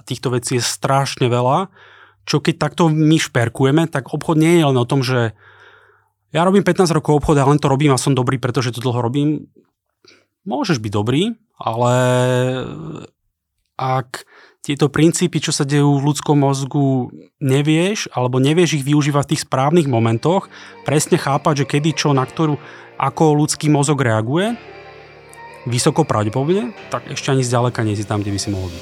týchto vecí je strašne veľa, čo keď takto my šperkujeme, tak obchod nie je len o tom, že ja robím 15 rokov obchod a len to robím a som dobrý, pretože to dlho robím. Môžeš byť dobrý, ale ak tieto princípy, čo sa dejú v ľudskom mozgu, nevieš, alebo nevieš ich využívať v tých správnych momentoch, presne chápať, že kedy čo, na ktorú, ako ľudský mozog reaguje, vysoko pravdepodobne, tak ešte ani zďaleka nie si tam, kde by si mohol byť.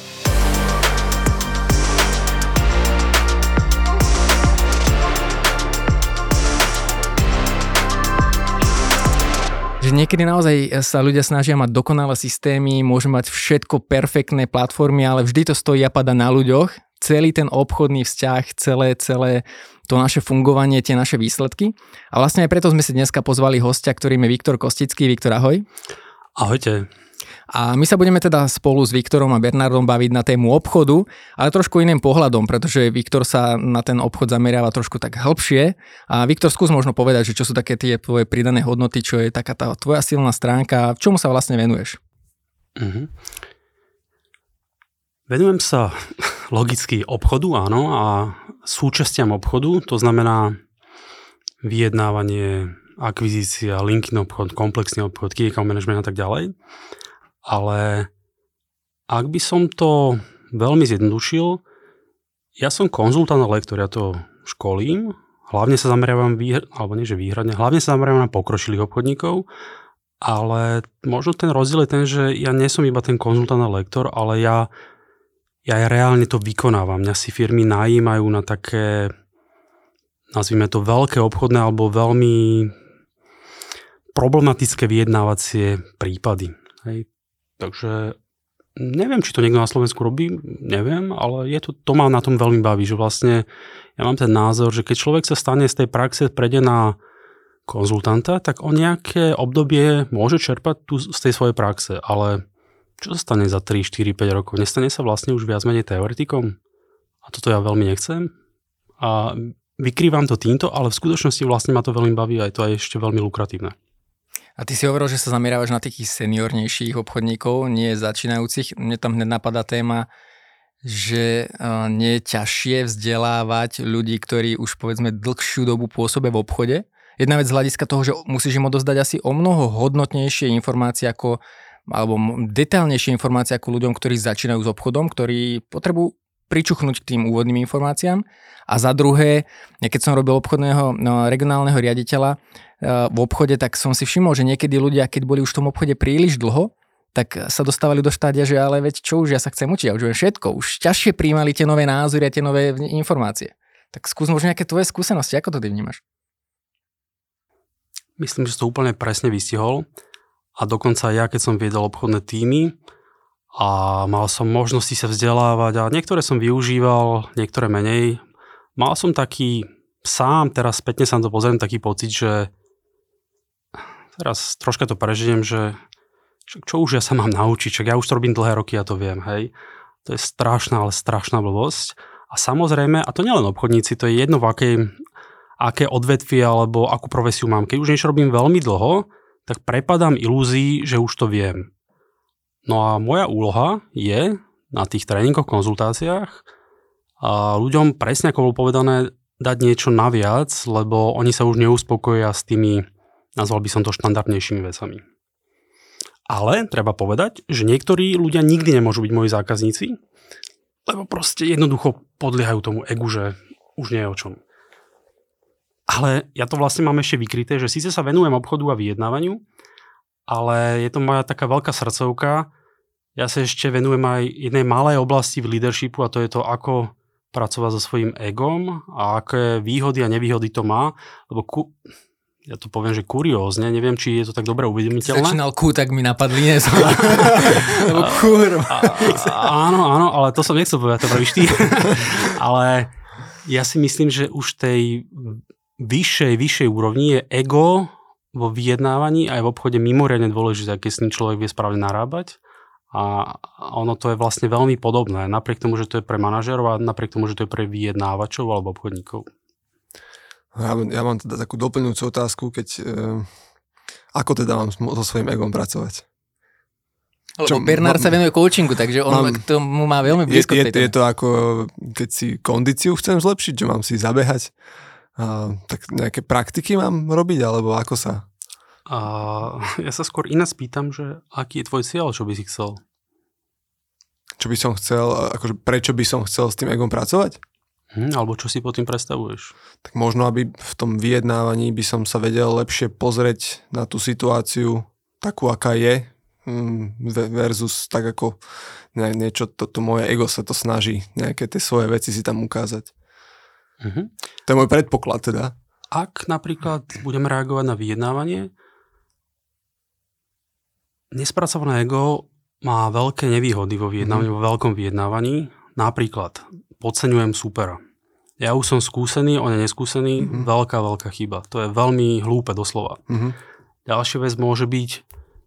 Že niekedy naozaj sa ľudia snažia mať dokonalé systémy, môžu mať všetko perfektné platformy, ale vždy to stojí a pada na ľuďoch. Celý ten obchodný vzťah, celé to naše fungovanie, tie naše výsledky. A vlastne aj preto sme si dneska pozvali hostia, ktorým je Viktor Kostický. Viktor, ahoj. Ahojte. A my sa budeme teda spolu s Viktorom a Bernardom baviť na tému obchodu, ale trošku iným pohľadom, pretože Viktor sa na ten obchod zameriava trošku tak hĺbšie. A Viktor, skús možno povedať, že čo sú také tie tvoje pridané hodnoty, čo je taká tá tvoja silná stránka, čomu sa vlastne venuješ? Venujem sa logicky obchodu, áno, a súčastiam obchodu, to znamená vyjednávanie, akvizícia, linking obchod, komplexný obchod, key account management a tak ďalej. Ale ak by som to veľmi zjednodušil, ja som konzultant a lektor, ja to školím, hlavne sa zameriavam, hlavne sa zameriavam na pokročilých obchodníkov, ale možno ten rozdiel je ten, že ja nie som iba ten konzultant a lektor, ale ja reálne to vykonávam. Mňa si firmy najímajú na také, nazvime to veľké obchodné alebo veľmi problematické vyjednávacie prípady. Hej. Takže neviem, či to niekto na Slovensku robí, neviem, ale to ma na tom veľmi baví, že vlastne ja mám ten názor, že keď človek sa stane z tej praxe, prejde na konzultanta, tak on nejaké obdobie môže čerpať z tej svojej praxe, ale čo sa stane za 3, 4, 5 rokov? Nestane sa vlastne už viac menej teoretikom? A toto ja veľmi nechcem. A vykrývam to týmto, ale v skutočnosti vlastne ma to veľmi baví a je to aj ešte veľmi lukratívne. A ty si hovoril, že sa zamerávaš na takých seniornejších obchodníkov, nie začínajúcich. Mne tam hneď napadá téma, že nie je ťažšie vzdelávať ľudí, ktorí už povedzme dlhšiu dobu pôsobia v obchode. Jedna vec z hľadiska toho, že musíš im odozdať asi o mnoho hodnotnejšie informácie alebo detailnejšie informácie ako ľuďom, ktorí začínajú s obchodom, ktorí potrebujú pričuchnúť k tým úvodným informáciám. A za druhé, keď som robil obchodného regionálneho riaditeľa v obchode, tak som si všimol, že niekedy ľudia, keď boli už v tom obchode príliš dlho, tak sa dostávali do štádia, že ale veď čo už, ja sa chcem učiť, ja už viem všetko, už ťažšie prijímali tie nové názory a tie nové informácie. Tak skús možno nejaké tvoje skúsenosti, ako to ty vnímaš? Myslím, že si to úplne presne vystihol a dokonca ja, keď som viedol obchodné tímy a mal som možnosti sa vzdelávať a niektoré som využíval, niektoré menej, mal som taký sám, teraz spätne sa na to pozriem, taký pocit, že teraz troška to prežijem, že čo už ja sa mám naučiť, čak ja už to robím dlhé roky, ja to viem, hej. To je strašná, ale strašná blbosť. A samozrejme, a to nielen obchodníci, to je jedno v aké odvetvie alebo akú profesiu mám. Keď už niečo robím veľmi dlho, tak prepadám ilúzii, že už to viem. No a moja úloha je na tých tréningoch, konzultáciách a ľuďom presne ako bolo povedané, dať niečo naviac, lebo oni sa už neuspokoja s tými, nazval by som to štandardnejšími vecami. Ale treba povedať, že niektorí ľudia nikdy nemôžu byť moji zákazníci, lebo proste jednoducho podliehajú tomu egu, že už nie je o čom. Ale ja to vlastne mám ešte vykryté, že síce sa venujem obchodu a vyjednávaniu, ale je to moja taká veľká srdcovka. Ja sa ešte venujem aj jednej malej oblasti v leadershipu a to je to, ako pracovať so svojím egom a aké výhody a nevýhody to má, lebo ja to poviem, že kuriózne, neviem, či je to tak dobre uvedomiteľné. Začínal tak mi napadli, nie som. Lebo kurva. Áno, ale to som nechcel povedať, to pravíš ty. Ale ja si myslím, že už tej vyššej úrovni je ego vo vyjednávaní aj v obchode mimoriadne dôležité, keď s ním človek vie správne narábať. A ono to je vlastne veľmi podobné, napriek tomu, že to je pre manažerov a napriek tomu, že to je pre vyjednávačov alebo obchodníkov. Ja mám teda takú doplňujúcu otázku, ako teda mám so svojím egom pracovať? Lebo Bernard sa venuje coachingu, takže on k tomu má veľmi blízko. Je to ako, keď si kondíciu chcem zlepšiť, že mám si zabehať, tak nejaké praktiky mám robiť, alebo ako sa? Ja sa skôr ináč spýtam, že aký je tvoj cieľ, čo by si chcel? Čo by som chcel, akože prečo by som chcel s tým egom pracovať? Alebo čo si pod tým predstavuješ? Tak možno, aby v tom vyjednávaní by som sa vedel lepšie pozrieť na tú situáciu takú, aká je, versus tak ako niečo, to moje ego sa to snaží, nejaké tie svoje veci si tam ukázať. To je môj predpoklad teda. Ak napríklad budeme reagovať na vyjednávanie, nespracované ego má veľké nevýhody vo vyjednávaní, vo veľkom vyjednávaní. Napríklad podceňujem supera. Ja už som skúsený, on je neskúsený, veľká chyba. To je veľmi hlúpe doslova. Ďalšia vec môže byť,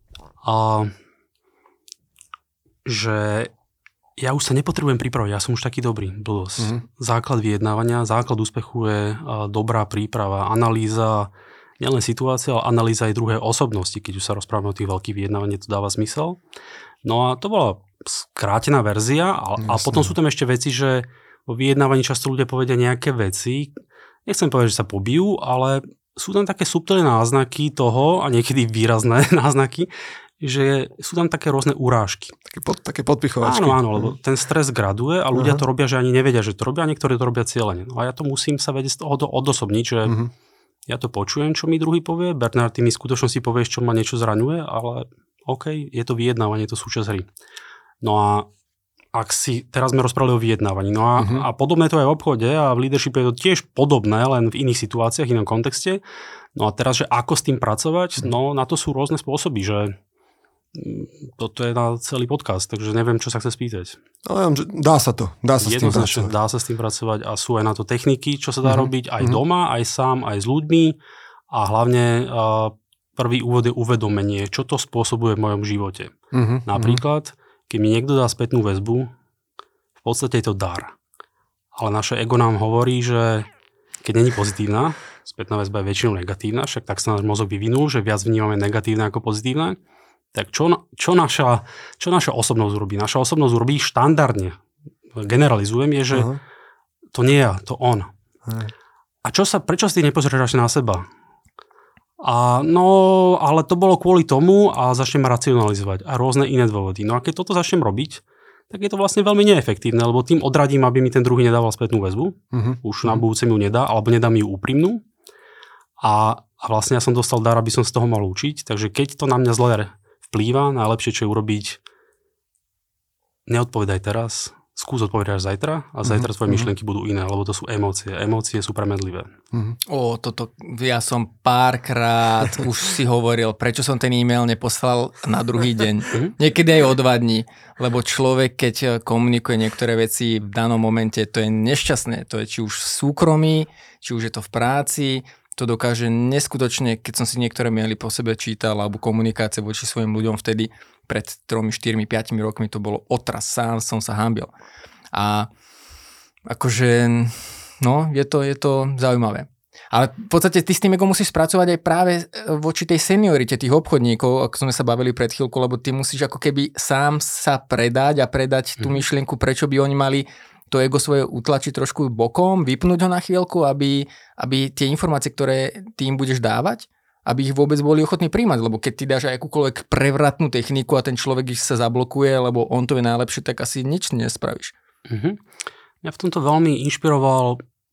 že ja už sa nepotrebujem pripravať, ja som už taký dobrý, blbosť. Základ vyjednávania, základ úspechu je dobrá príprava, analýza, nielen situácia, ale analýza aj druhé osobnosti, keď už sa rozprávame o tých veľkých vyjednávaní, to dáva zmysel. No a to bola skrátená verzia a potom sú tam ešte veci, že vo vyjednávaní často ľudia povedia nejaké veci, nechcem povedať, že sa pobijú, ale sú tam také subtilné náznaky toho a niekedy výrazné náznaky, že sú tam také rôzne urážky. Také podpichovačky. Áno, lebo ten stres graduje a ľudia to robia, že ani nevedia, že to robia, a niektorí to robia cieľene. No a ja to musím sa vedieť z toho odosobniť, že ja to počujem, čo mi druhý povie, Bernard, ty mi v skutočnosti povieš, čo ma niečo zraňuje, ale OK, je to vyjednávanie, je to súčasť hry. No a ak si, teraz sme rozprávali o vyjednávaní, no a podobné to aj v obchode a v leadershipe je to tiež podobné, len v iných situáciách, v inom kontexte. No a teraz, že ako s tým pracovať, no na to sú rôzne spôsoby, že toto je na celý podcast, takže neviem, čo sa chce spýtať. No, dá sa s tým pracovať. Dá sa s tým pracovať a sú aj na to techniky, čo sa dá robiť aj doma, aj sám, aj s ľuďmi a hlavne prvý úvod je uvedomenie, čo to spôsobuje v mojom živote. Napríklad, keď mi niekto dá spätnú väzbu, v podstate je to dar. Ale naše ego nám hovorí, že keď není pozitívna, spätná väzba je väčšinou negatívna, však tak sa náš mozog vyvinul, že viac vnímame negatívne ako pozitívne, tak čo naša osobnosť urobí? Naša osobnosť urobí štandardne, generalizujem, je, že to nie ja, to on. A prečo si nepozrieš na seba? Ale to bolo kvôli tomu a začnem racionalizovať a rôzne iné dôvody. No a keď toto začnem robiť, tak je to vlastne veľmi neefektívne, lebo tým odradím, aby mi ten druhý nedával spätnú väzbu. Už na budúce mi ju nedá, alebo nedá mi ju úprimnú. A vlastne ja som dostal dar, aby som z toho mal učiť. Takže keď to na mňa zle vplýva, najlepšie, čo je urobiť, neodpovedaj teraz, skús odpovedať až zajtra a zajtra tvoje myšlienky budú iné, lebo to sú emócie. Emócie sú premedlivé. Toto ja som párkrát už si hovoril, prečo som ten e-mail neposlal na druhý deň. Niekedy aj o 2 dní, lebo človek, keď komunikuje niektoré veci v danom momente, to je nešťastné. To je či už v súkromí, či už je to v práci, to dokáže neskutočne, keď som si niektoré maily po sebe čítal alebo komunikácie voči svojim ľuďom vtedy pred 3, 4, 5 rokmi to bolo otras, sám som sa hanbil. A akože, no, je to zaujímavé. Ale v podstate ty s tým egom musíš spracovať aj práve voči tej seniorite tých obchodníkov, ako sme sa bavili pred chvíľkou, lebo ty musíš ako keby sám sa predať a predať tú myšlienku, prečo by oni mali to ego svoje utlačiť trošku bokom, vypnúť ho na chvíľku, aby tie informácie, ktoré ty im budeš dávať, aby ich vôbec boli ochotní príjmať, lebo keď ty dáš aj akúkoľvek prevratnú techniku a ten človek ich sa zablokuje, lebo on to je najlepšie, tak asi nič nespravíš. Mňa v tomto veľmi inšpiroval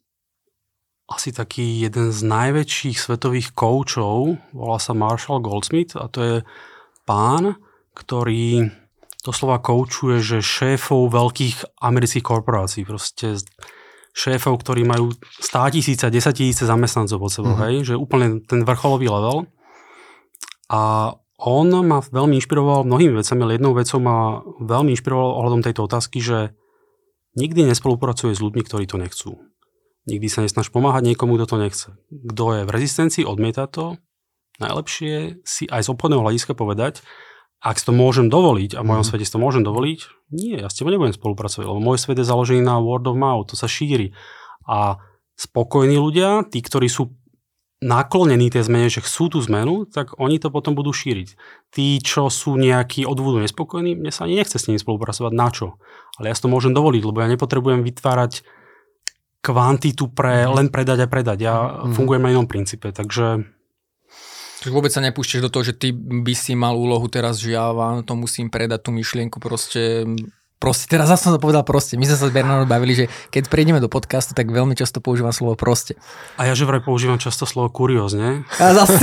asi taký jeden z najväčších svetových koučov, volá sa Marshall Goldsmith a to je pán, ktorý doslova koučuje, že šéfov veľkých amerických korporácií, proste šéfov, ktorí majú 100 000, 10 000 zamestnancov pod sebou, hej, že úplne ten vrcholový level. A on ma veľmi inšpiroval mnohými vecami, ale jednou vecou ma veľmi inšpiroval ohľadom tejto otázky, že nikdy nespolupracuje s ľuďmi, ktorí to nechcú. Nikdy sa nesnaž pomáhať niekomu, kto to nechce. Kto je v rezistencii, odmieta to. Najlepšie si aj z obchodného hľadiska povedať, ak si to môžem dovoliť, a v mojom svete si to môžem dovoliť, nie, ja s tebou nebudem spolupracovať, lebo môj svet je založený na word of mouth, to sa šíri. A spokojní ľudia, tí, ktorí sú naklonení tej zmene, že chcú tú zmenu, tak oni to potom budú šíriť. Tí, čo sú nejakí odvodu nespokojní, mne sa ani nechce s nimi spolupracovať. Na čo? Ale ja si to môžem dovoliť, lebo ja nepotrebujem vytvárať kvantitu len predať a predať. Ja fungujem na inom princípe, takže... Čiže vôbec sa nepúšťaš do toho, že ty by si mal úlohu teraz, že ja vám to musím predať, tú myšlienku proste, teraz zase som to povedal proste. My sme sa s Bernardom bavili, že keď prejdeme do podcastu, tak veľmi často používam slovo proste. A ja že vraj používam často slovo kuriózne. A zase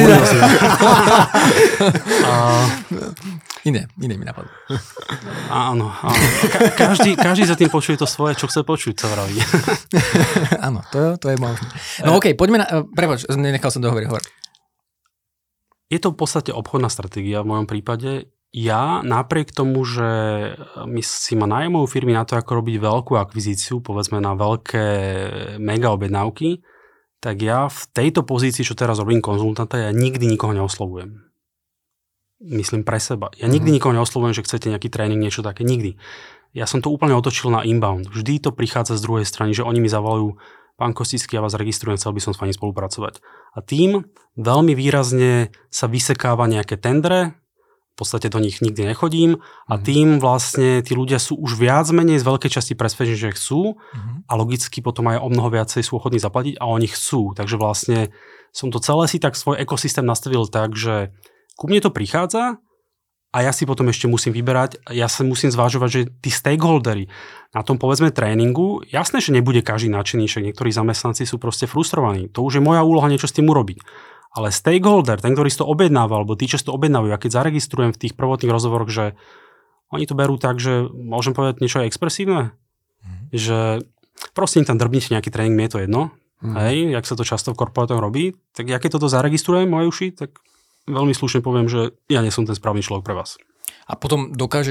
Iné mi napadlo. Áno. Každý za tým počuje to svoje, čo chce počuť, sa vraví. Áno, to je možné. No okej, poďme na... Prepáč, nenechal som dohovoriť. Hovor. Je to v podstate obchodná stratégia v mojom prípade. Ja napriek tomu, že si ma najmujú firmy na to, ako robiť veľkú akvizíciu, povedzme na veľké mega objednávky, tak ja v tejto pozícii, čo teraz robím konzultanta, ja nikdy nikoho neoslovujem. Myslím pre seba. Ja nikdy nikoho neoslovujem, že chcete nejaký tréning, niečo také. Nikdy. Ja som to úplne otočil na inbound. Vždy to prichádza z druhej strany, že oni mi zavolajú: pán Kostický, ja vás registrujem, chcel by som s vami spolupracovať. A tým veľmi výrazne sa vysekáva nejaké tendre, v podstate do nich nikdy nechodím a tým vlastne tí ľudia sú už viac menej z veľkej časti presvedčení, že chcú a logicky potom aj o mnoho viacej sú ochotní zaplatiť a oni chcú. Takže vlastne som to celé si tak svoj ekosystém nastavil tak, že ku mne to prichádza a ja si potom ešte musím vyberať, ja sa musím zvážovať, že tí stakeholdery na tom povedzme tréningu, jasné, že nebude každý nadšený, však niektorí zamestnanci sú proste frustrovaní. To už je moja úloha niečo s tým urobiť. Ale stakeholder, ten, ktorý si to objednáva, alebo tí, čo si to objednávajú, a keď zaregistrujem v tých prvotných rozhovoroch, že oni to berú tak, že môžem povedať niečo expresívne, že proste im tam drbnite nejaký tréning, mi je to jedno, hej, jak sa to často v korporátoch robí, tak ja keď toto zaregistrujem moje uši, tak veľmi slušne poviem, že ja nie som ten správny človek pre vás. A potom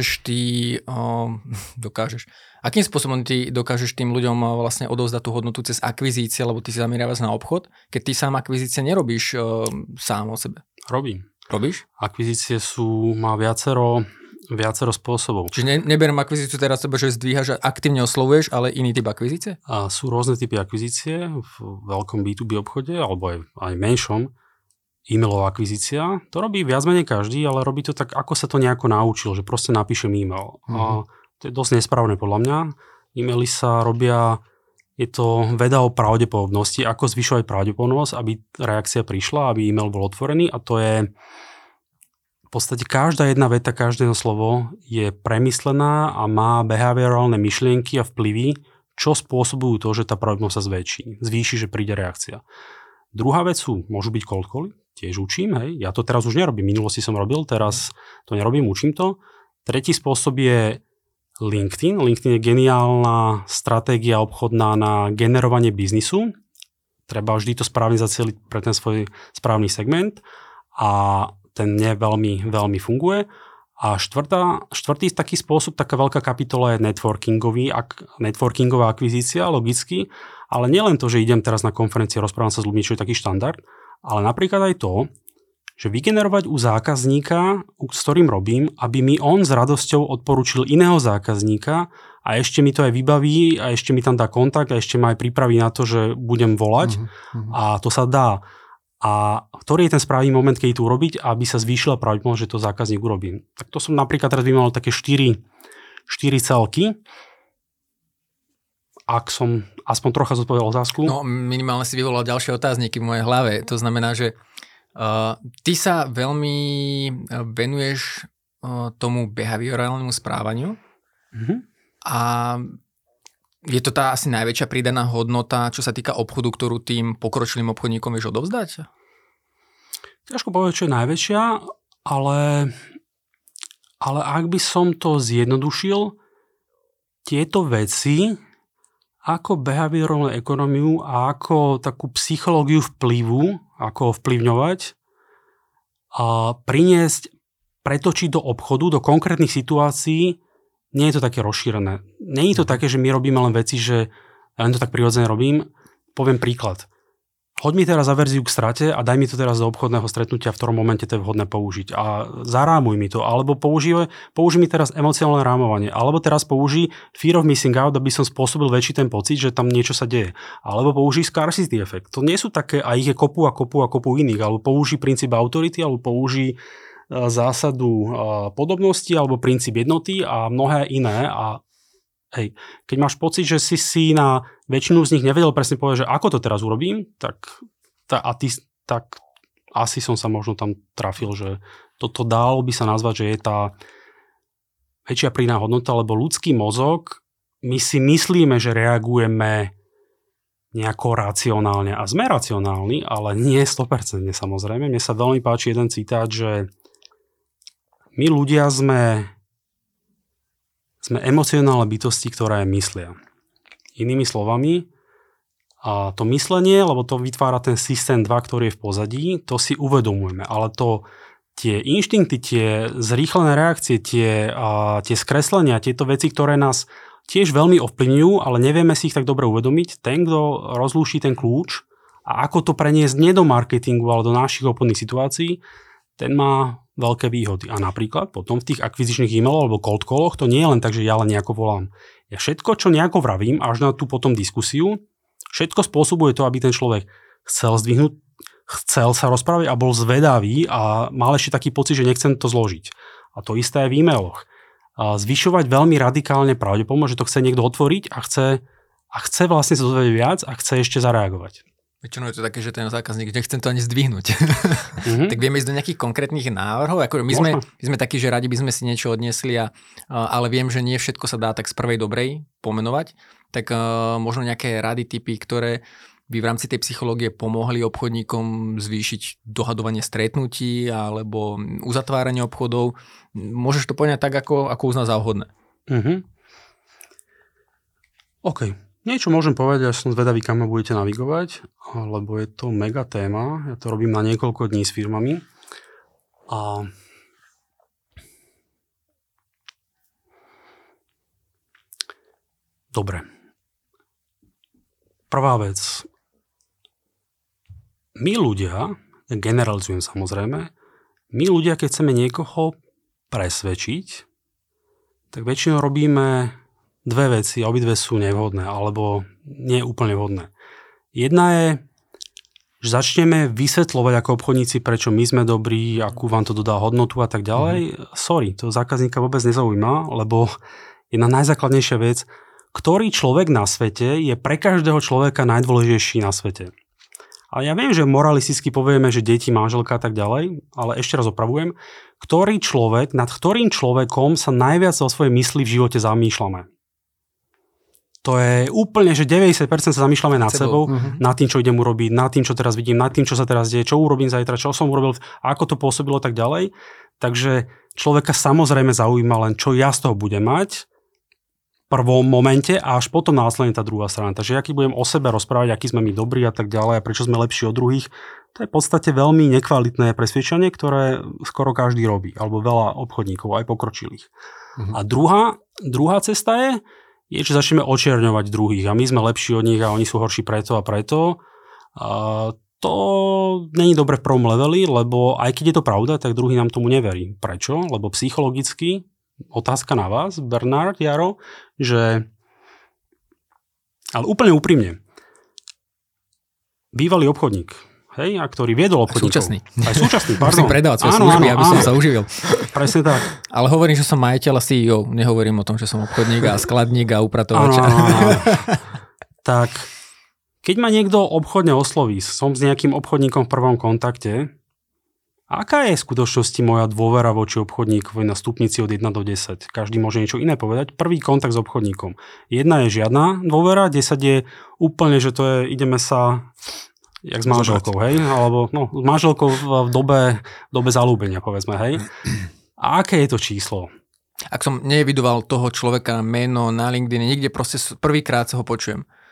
akým spôsobom ty dokážeš tým ľuďom vlastne odovzdať tú hodnotu cez akvizície, lebo ty si zameriavaš na obchod, keď ty sám akvizície nerobíš sám o sebe? Robím. Robíš? Akvizície má viacero spôsobov. Čiže neberiem akvizíciu teraz sebe, že zdvíhaš a aktívne oslovuješ, ale iný typ akvizície? A sú rôzne typy akvizície v veľkom B2B obchode, alebo aj menšom. E-mailová akvizícia, to robí viac menej každý, ale robí to tak, ako sa to nejako naučil, že proste napíšem e-mail. A to je dosť nesprávne podľa mňa. E-maily sa robia, je to veda o pravdepodobnosti, ako zvyšovať pravdepodobnosť, aby reakcia prišla, aby e-mail bol otvorený a to je v podstate každá jedna veta, každé jedno slovo je premyslená a má behaviorálne myšlienky a vplyvy, čo spôsobujú to, že tá pravdepodobnosť sa zvýši, že príde reakcia. Druhá vec môžu byť cold cally, tiež učím, hej. Ja to teraz už nerobím, v minulosti som robil, teraz to nerobím, učím to. Tretí spôsob je LinkedIn. LinkedIn je geniálna stratégia obchodná na generovanie biznisu. Treba vždy to správne zacieliť pre ten svoj správny segment a ten veľmi, veľmi funguje. A štvrtý taký spôsob, taká veľká kapitola je networkingová akvizícia, logicky, ale nielen to, že idem teraz na konferencii, rozprávam sa s ľuďmi, čo je taký štandard, ale napríklad aj to, že vygenerovať u zákazníka, s ktorým robím, aby mi on s radosťou odporučil iného zákazníka a ešte mi to aj vybaví a ešte mi tam dá kontakt a ešte ma aj pripraví na to, že budem volať a to sa dá. A ktorý je ten správny moment, keď to urobiť, aby sa zvýšila pravdepodobnosť, že to zákazník urobí. Tak to som napríklad teraz vymenoval také 4 celky. Ak som aspoň trocha zodpovedal otázku. No minimálne si vyvolal ďalšie otázniky v mojej hlave. To znamená, že ty sa veľmi venuješ tomu behaviorálnemu správaniu a je to tá asi najväčšia pridaná hodnota, čo sa týka obchodu, ktorú tým pokročilým obchodníkom vieš odovzdať? Ťažko povedať, čo je najväčšia, ale ak by som to zjednodušil, tieto veci, ako behaviorálnu ekonómiu a ako takú psychológiu vplyvu, ako ovplyvňovať, a priniesť, pretočiť do obchodu, do konkrétnych situácií, nie je to také rozšírené. Nie je to také, že my robíme len veci, že ja len to tak prirodzene robím. Poviem príklad. hoď mi teraz averziu k strate a daj mi to teraz do obchodného stretnutia, v ktorom momente to je vhodné použiť. A zarámuj mi to, alebo použij mi teraz emocionálne rámovanie, alebo teraz použij fear of missing out, aby som spôsobil väčší ten pocit, že tam niečo sa deje. Alebo použij scarcity effect. To nie sú také, a ich je kopu iných, alebo použij princíp autority, alebo použij zásadu podobnosti, alebo princíp jednoty a mnohé iné. A hej, keď máš pocit, že si na väčšinu z nich nevedel presne povedať, že ako to teraz urobím, tak asi som sa možno tam trafil, že toto dalo by sa nazvať, že je tá väčšia prídavná hodnota, lebo ľudský mozog, my si myslíme, že reagujeme nejako racionálne a sme racionálni, ale nie 100% samozrejme. Mne sa veľmi páči jeden citát, že my ľudia sme emocionálne bytosti, ktoré myslia. Inými slovami, a to myslenie, lebo to vytvára ten systém 2, ktorý je v pozadí, to si uvedomujeme, ale tie inštinkty, tie zrýchlené reakcie, tie skreslenia, tieto veci, ktoré nás tiež veľmi ovplyvňujú, ale nevieme si ich tak dobre uvedomiť, ten, kto rozlúši ten kľúč a ako to preniesť nie do marketingu, ale do našich obchodných situácií, ten má veľké výhody. A napríklad potom v tých akvizičných e-mailov alebo cold calloch to nie je len tak, že ja len nejako volám. Ja všetko, čo nejako vravím, až na tú potom diskusiu, všetko spôsobuje to, aby ten človek chcel zdvihnúť, chcel sa rozprávať a bol zvedavý a mal ešte taký pocit, že nechcem to zložiť. A to isté aj v e-mailoch. A zvyšovať veľmi radikálne pravdepodobnosť, že to chce niekto otvoriť a chce vlastne sa dozvedieť viac a chce ešte zareagovať. Väčšinou je to také, že ten zákazník nechcem to ani zdvihnúť. Tak vieme ísť do nejakých konkrétnych návrhov? Ako my sme takí, že radi by sme si niečo odniesli, ale viem, že nie všetko sa dá tak z prvej dobrej pomenovať. Tak možno nejaké rady, tipy, ktoré by v rámci tej psychológie pomohli obchodníkom zvýšiť dohadovanie stretnutí alebo uzatváranie obchodov. Môžeš to poňať tak, ako uzná za vhodné. OK. Niečo môžem povedať, až som zvedavý, kam ma budete navigovať, lebo je to mega téma. Ja to robím na niekoľko dní s firmami. A dobre. Prvá vec. My ľudia, generalizujem samozrejme, my ľudia, keď chceme niekoho presvedčiť, tak väčšinou robíme dve veci, obidve sú nevhodné, alebo nie úplne vhodné. Jedna je, že začneme vysvetľovať ako obchodníci, prečo my sme dobrí, akú vám to dodá hodnotu a tak ďalej. Sorry, to zákazníka vôbec nezaujíma, lebo jedna najzákladnejšia vec, ktorý človek na svete je pre každého človeka najdôležitejší na svete. A ja viem, že moralisticky povieme, že deti, manželka a tak ďalej, ale ešte raz opravujem, nad ktorým človekom sa najviac vo svojej mysli v živote zamýšľame. To je úplne, že 90% sa zamýšľame nad sebou, nad tým, čo idem urobiť, nad tým, čo teraz vidím, nad tým, čo sa teraz deje, čo urobím zajtra, čo som urobil, ako to pôsobilo tak ďalej. Takže človeka samozrejme zaujíma len, čo ja z toho budem mať v prvom momente a až potom následne tá druhá strana. Takže aký budem o sebe rozprávať, aký sme my dobrí a tak ďalej a prečo sme lepší od druhých, to je v podstate veľmi nekvalitné presvedčenie, ktoré skoro každý robí, alebo veľa obchodníkov, aj pokročilých. A druhá cesta je, že začneme očierňovať druhých a my sme lepší od nich a oni sú horší preto a preto. A to není dobre v prvom leveli, lebo aj keď je to pravda, tak druhý nám tomu neverí. Prečo? Lebo psychologicky, otázka na vás, Bernard, Jaro, že ale úplne úprimne, bývalý obchodník, hej, a ktorý viedol obchodníkov. Aj súčasný, pardon. Musím predávať svoje služby, aby som sa uživil. Presne tak. Ale hovorím, že som majiteľ a CEO. Nehovorím o tom, že som obchodník a skladník a upratovač. Tak, keď ma niekto obchodne osloví, som s nejakým obchodníkom v prvom kontakte, aká je v skutočnosti moja dôvera voči obchodníkovi na stupnici od 1 do 10? Každý môže niečo iné povedať. Prvý kontakt s obchodníkom. 1 je žiadna dôvera, 10 je úplne, že to je, ideme sa jak s manželkou, hej? Alebo s manželkou v dobe zalúbenia, povedzme, hej? A aké je to číslo? Ak som neevidoval toho človeka, meno na LinkedIn, nikde proste prvýkrát sa ho počujem.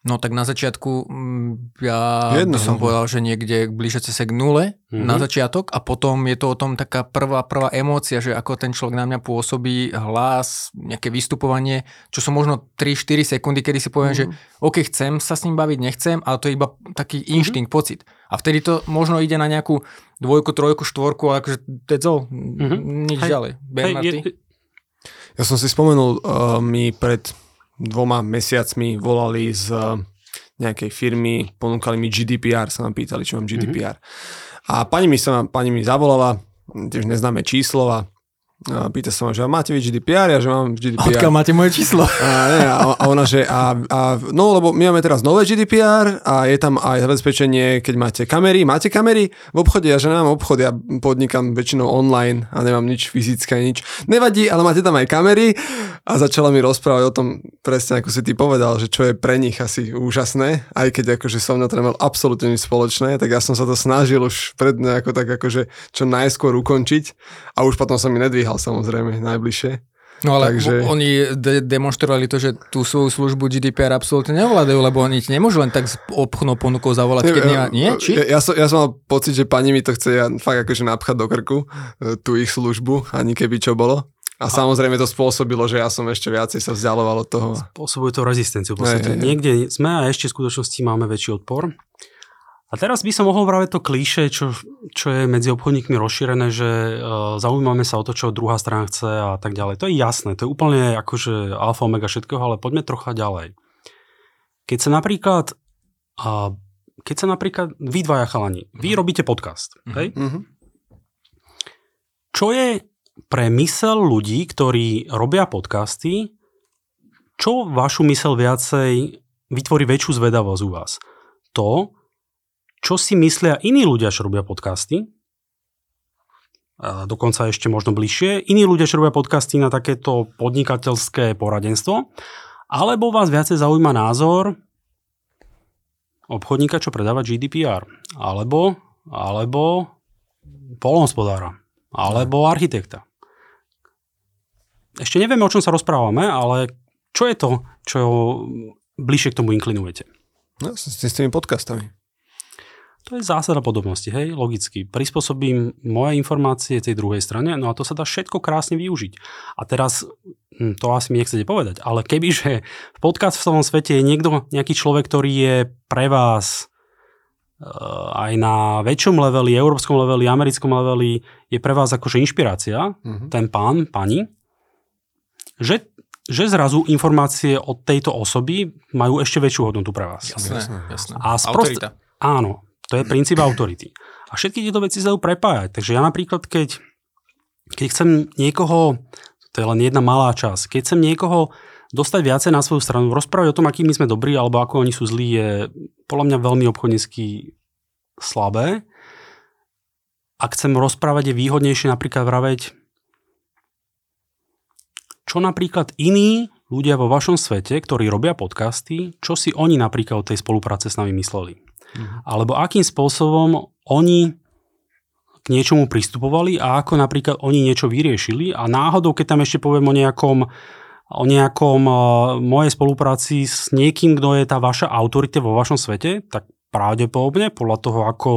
No tak na začiatku ja by som povedal, že niekde blížiace sa k nule na začiatok a potom je to o tom taká prvá emócia, že ako ten človek na mňa pôsobí, hlas, nejaké vystupovanie, čo sú možno 3-4 sekundy, kedy si poviem, že OK, chcem sa s ním baviť, nechcem, ale to je iba taký inštinkt, pocit. A vtedy to možno ide na nejakú 2, 3, 4, ale akože that's all, nič ďalej. Bernard, ty? Ja som si spomenul, mi pred 2 mesiacmi volali z nejakej firmy, ponúkali mi GDPR, sa ma pýtali, čo mám GDPR. A pani mi zavolala, tiež neznáme číslo a pýta sa ma, že máte vy GDPR? Ja, že mám GDPR. Odkiaľ máte moje číslo? A ona, že no, lebo my máme teraz nové GDPR a je tam aj zabezpečenie, keď máte kamery. Máte kamery v obchode? Ja, že nemám obchod, ja podnikám väčšinou online a nemám nič fyzické, nič. Nevadí, ale máte tam aj kamery a začala mi rozprávať o tom, presne ako si ty povedal, že čo je pre nich asi úžasné, aj keď akože som na to nemal absolútne nič spoločné, tak ja som sa to snažil už predne ako tak akože čo najskôr ukončiť a už potom som mi nedvíhal samozrejme najbližšie. No ale oni demonstrovali to, že tú svoju službu GDPR absolútne neovládajú, lebo oni nemôžu len tak s obchodnou ponukou zavolať, keď nie? Či? Ja som mal pocit, že pani mi to chce fakt akože napchať do krku, tú ich službu, ani keby čo bolo. A samozrejme to spôsobilo, že ja som ešte viacej sa vzdialoval od toho. Spôsobuje to rezistenciu. Niekde sme a ešte v skutočnosti máme väčší odpor. A teraz by som mohol práve to klíše, čo je medzi obchodníkmi rozšírené, že zaujímame sa o to, čo druhá strana chce a tak ďalej. To je jasné, to je úplne akože alfa omega všetkého, ale poďme trocha ďalej. Keď sa napríklad vy dvaja chalani, vy robíte podcast, hej? Čo je pre myseľ ľudí, ktorí robia podcasty, čo vašu myseľ viacej vytvorí väčšiu zvedavosť u vás? To, čo si myslia iní ľudia, čo robia podcasty, a dokonca ešte možno bližšie, iní ľudia, čo robia podcasty na takéto podnikateľské poradenstvo, alebo vás viacej zaujíma názor obchodníka, čo predáva GDPR, alebo poľnohospodára, alebo architekta. Ešte nevieme, o čom sa rozprávame, ale čo je to, čo bližšie k tomu inklinujete? No, s tými podcastami. To je zásada podobnosti, hej, logicky. Prispôsobím moje informácie tej druhej strane, no a to sa dá všetko krásne využiť. A teraz, to asi mi nechcete povedať, ale kebyže v podcastovom svete je nejaký človek, ktorý je pre vás aj na väčšom leveli, európskom leveli, americkom leveli, je pre vás akože inšpirácia, ten pán, pani, že zrazu informácie od tejto osoby majú ešte väčšiu hodnotu pre vás. Jasné. A autorita. Áno. To je princíp autority. A všetky tieto veci sa dajú prepájať. Takže ja napríklad, keď chcem niekoho, to je len jedna malá časť, keď chcem niekoho dostať viacej na svoju stranu, rozprávať o tom, aký my sme dobrí, alebo ako oni sú zlí, je podľa mňa veľmi obchodnícky slabé. Ak chcem rozprávať, je výhodnejšie napríklad vraveť, čo napríklad iní ľudia vo vašom svete, ktorí robia podcasty, čo si oni napríklad od tej spolupráce s nami mysleli. Alebo akým spôsobom oni k niečomu pristupovali a ako napríklad oni niečo vyriešili a náhodou, keď tam ešte poviem o nejakom mojej spolupráci s niekým, kto je tá vaša autorita vo vašom svete, tak pravdepodobne podľa toho, ako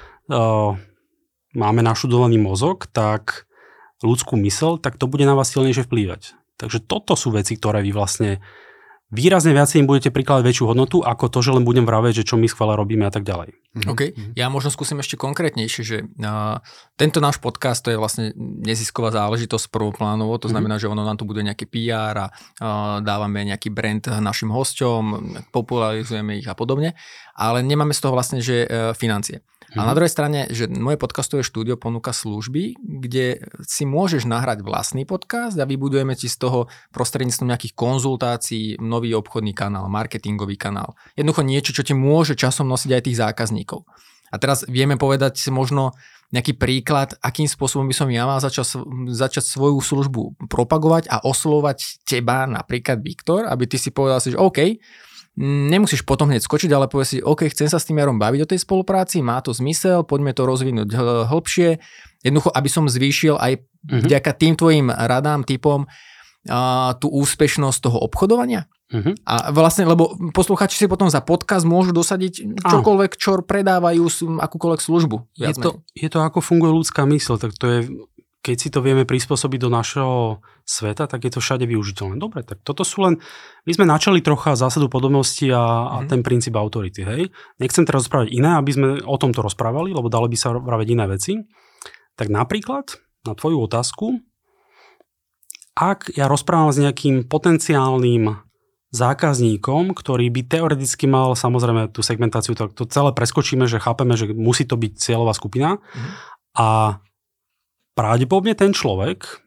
máme našudovaný mozog, tak ľudskú myseľ, tak to bude na vás silnejšie vplývať. Takže toto sú veci, ktoré vy vlastne výrazne viacej im budete prikladať väčšiu hodnotu, ako to, že len budem vraveť, že čo my skvelé robíme a tak ďalej. OK. Ja možno skúsim ešte konkrétnejšie, že tento náš podcast to je vlastne nezisková záležitosť prvoplánovo, to znamená, že ono nám tu bude nejaký PR a dávame nejaký brand našim hosťom, popularizujeme ich a podobne, ale nemáme z toho vlastne, že financie. A na druhej strane, že moje podcastové štúdio ponúka služby, kde si môžeš nahrať vlastný podcast a vybudujeme ti z toho prostredníctvom nejakých konzultácií nový obchodný kanál, marketingový kanál. Jednoducho niečo, čo ti môže časom nosiť aj tých zákazníkov. A teraz vieme povedať možno nejaký príklad, akým spôsobom by som ja mal začať svoju službu propagovať a oslovať teba, napríklad Viktor, aby ty si povedal si, že OK, nemusíš potom hneď skočiť, ale povieš si, OK, chcem sa s tým Jarom baviť o tej spolupráci, má to zmysel, poďme to rozvinúť hĺbšie. Jednoducho, aby som zvýšil aj vďaka tým tvojim radám, typom tú úspešnosť toho obchodovania? Uh-huh. A vlastne, lebo poslucháči si potom za podcast môžu dosadiť čokoľvek, čo predávajú, akúkoľvek službu. Je to ako funguje ľudská mysl, tak to je, keď si to vieme prispôsobiť do našeho sveta, tak je to všade využiteľné. Dobre, tak toto sú len, my sme načali trocha zásadu podobnosti a ten princíp autority, hej. Nechcem teraz rozprávať iné, aby sme o tomto rozprávali, lebo dali by sa vraviť iné veci. Tak napríklad, na tvoju otázku, ak ja rozprávam s nejakým potenciálnym zákazníkom, ktorý by teoreticky mal, samozrejme tú segmentáciu, to celé preskočíme, že chápeme, že musí to byť cieľová skupina a pravdepodobne ten človek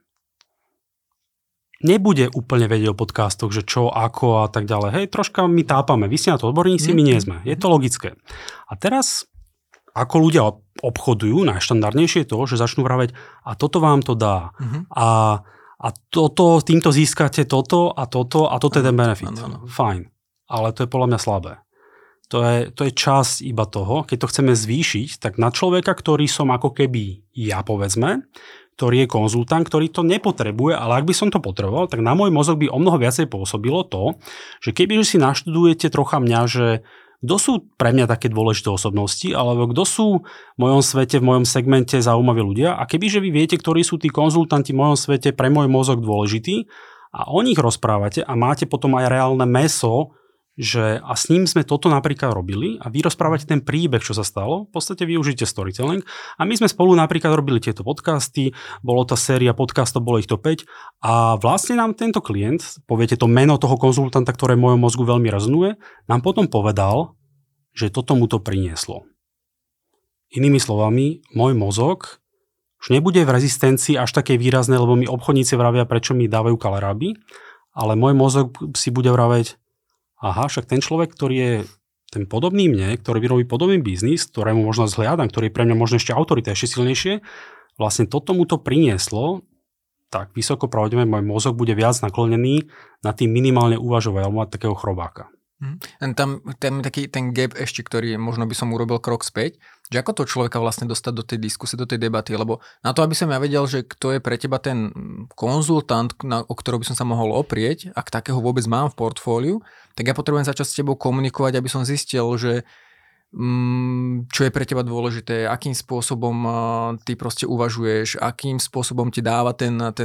nebude úplne vedieť o podcastoch, že čo, ako a tak ďalej. Hej, troška my tápame, vy ste na to odborníci, my nie sme. Je to logické. A teraz, ako ľudia obchodujú, najštandardnejšie je to, že začnú vraveť, a toto vám to dá. A toto, týmto získate toto a toto je ten benefit. Fajn. Ale to je podľa mňa slabé. To je časť iba toho, keď to chceme zvýšiť, tak na človeka, ktorý som ako keby ja povedzme, ktorý je konzultant, ktorý to nepotrebuje, ale ak by som to potreboval, tak na môj mozog by o mnoho viacej pôsobilo to, že keby si naštudujete trocha mňa, že kto sú pre mňa také dôležité osobnosti, alebo kto sú v mojom svete, v mojom segmente zaujímaví ľudia a kebyže vy viete, ktorí sú tí konzultanti v mojom svete pre môj mozog dôležití a o nich rozprávate a máte potom aj reálne mäso, že a s ním sme toto napríklad robili a vy rozprávate ten príbeh, čo sa stalo, v podstate využite storytelling a my sme spolu napríklad robili tieto podcasty, bolo tá séria podcastov, bolo ich to 5 a vlastne nám tento klient, poviete to meno toho konzultanta, ktoré v mojom mozgu veľmi rezonuje, nám potom povedal, že toto mu to prinieslo. Inými slovami, môj mozog už nebude v rezistencii až takej výraznej, lebo mi obchodníci vravia, prečo mi dávajú kaleráby, ale môj mozog si bude vraveť, aha, však ten človek, ktorý je ten podobný mne, ktorý vyrobí podobný biznis, ktorému možno zhliadam, ktorý je pre mňa možno ešte autorita, ešte silnejšie, vlastne toto mu to prinieslo, tak vysoko pravdepodobne môj mozog bude viac naklonený na tým minimálne uvažovať alebo mať takého chrobáka. Tam taký ten gap ešte, ktorý možno by som urobil krok späť, že ako to človeka vlastne dostať do tej diskusie, do tej debaty, lebo na to, aby som ja vedel, že kto je pre teba ten konzultant, o ktorého by som sa mohol oprieť, ak takého vôbec mám v portfóliu, tak ja potrebujem začať s tebou komunikovať, aby som zistil, že čo je pre teba dôležité, akým spôsobom ty proste uvažuješ, akým spôsobom ti dáva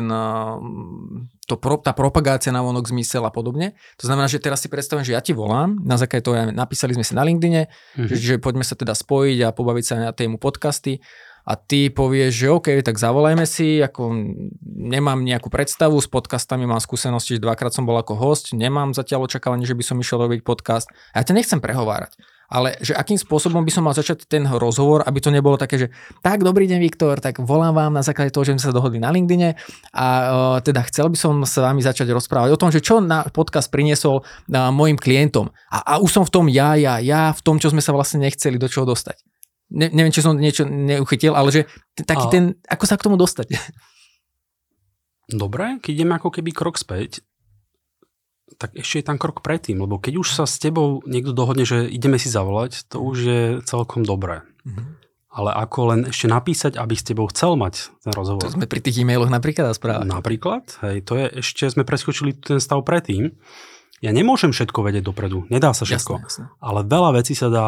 tá propagácia na vonok zmysel a podobne. To znamená, že teraz si predstavím, že ja ti volám, na základe toho napísali sme si na LinkedIne, že poďme sa teda spojiť a pobaviť sa na tému podcasty a ty povieš, že OK, tak zavolajme si, ako nemám nejakú predstavu, s podcastami mám skúsenosti, že 2-krát som bol ako host, nemám zatiaľ očakávanie, že by som išiel robiť podcast a ja ťa nechcem prehovárať. Ale že akým spôsobom by som mal začať ten rozhovor, aby to nebolo také, že tak, dobrý deň, Viktor, tak volám vám na základe toho, že sme sa dohodli na LinkedIne a teda chcel by som sa vami začať rozprávať o tom, že čo na podcast priniesol mojim klientom. A už som v tom ja, v tom, čo sme sa vlastne nechceli do čoho dostať. Neviem, či som niečo neuchytil, ale že taký ten, ako sa k tomu dostať? Dobre, keď ideme ako keby krok späť, tak ešte je tam krok predtým, lebo keď už sa s tebou niekto dohodne, že ideme si zavolať, to už je celkom dobré. Ale ako len ešte napísať, aby s tebou chcel mať ten rozhovor. To sme pri tých e-mailoch napríklad správať. Napríklad, hej, to je ešte, sme preskočili ten stav predtým. Ja nemôžem všetko vedieť dopredu, nedá sa všetko. Jasne. Ale veľa vecí sa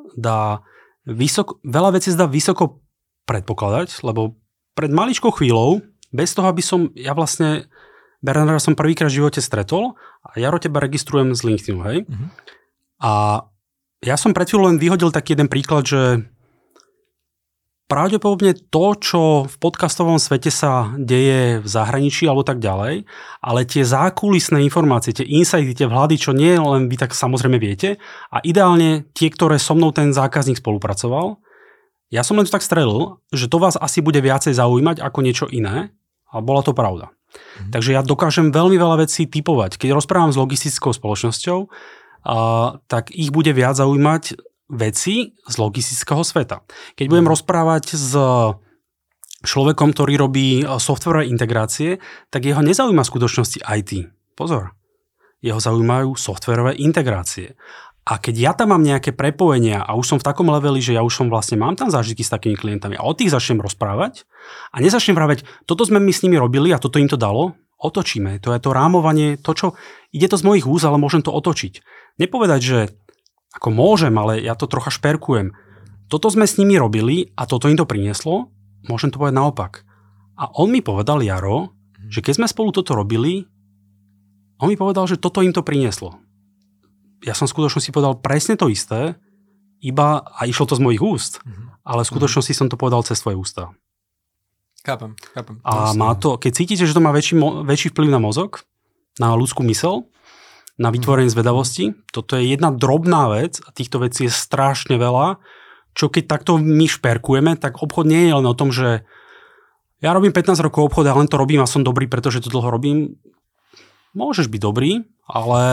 veľa vecí sa dá vysoko predpokladať, lebo pred maličkou chvíľou, bez toho, aby som, ja vlastne Bernarda som prvýkrát v živote stretol a Jaro, teba registrujem z LinkedInu, hej? A ja som pred chvíľou len vyhodil taký jeden príklad, že pravdepodobne to, čo v podcastovom svete sa deje v zahraničí alebo tak ďalej, ale tie zákulisné informácie, tie insighty, tie vhľady, čo nie len vy tak samozrejme viete a ideálne tie, ktoré so mnou ten zákazník spolupracoval, ja som len to tak strelil, že to vás asi bude viacej zaujímať ako niečo iné a bola to pravda. Takže ja dokážem veľmi veľa vecí typovať. Keď rozprávam s logistickou spoločnosťou, tak ich bude viac zaujímať veci z logistického sveta. Keď budem rozprávať s človekom, ktorý robí softwarové integrácie, tak jeho nezaujíma v skutočnosti IT. Pozor. Jeho zaujímajú softwarové integrácie. A keď ja tam mám nejaké prepojenia a už som v takom leveli, že ja už som vlastne mám tam zážitky s takými klientami a o tých začnem rozprávať a nezačnem vraveť, toto sme my s nimi robili a toto im to dalo, otočíme. To je to rámovanie, ide to z mojich úst, ale môžem to otočiť. Nepovedať, že ako môžem, ale ja to trocha šperkujem. Toto sme s nimi robili a toto im to prinieslo, môžem to povedať naopak. A on mi povedal, Jaro, že keď sme spolu toto robili, on mi povedal, že toto im to prinieslo. Ja som v skutočnosti povedal presne to isté, iba a išlo to z mojich úst, ale v skutočnosti som to povedal cez svoje ústa. Chápem. A má to, keď cítite, že to má väčší vplyv na mozog, na ľudskú mysel, na vytvorenie zvedavosti, toto je jedna drobná vec a týchto vecí je strašne veľa, čo keď takto my šperkujeme, tak obchod nie je len o tom, že ja robím 15 rokov obchod a len to robím a som dobrý, pretože to dlho robím. Môžeš byť dobrý, ale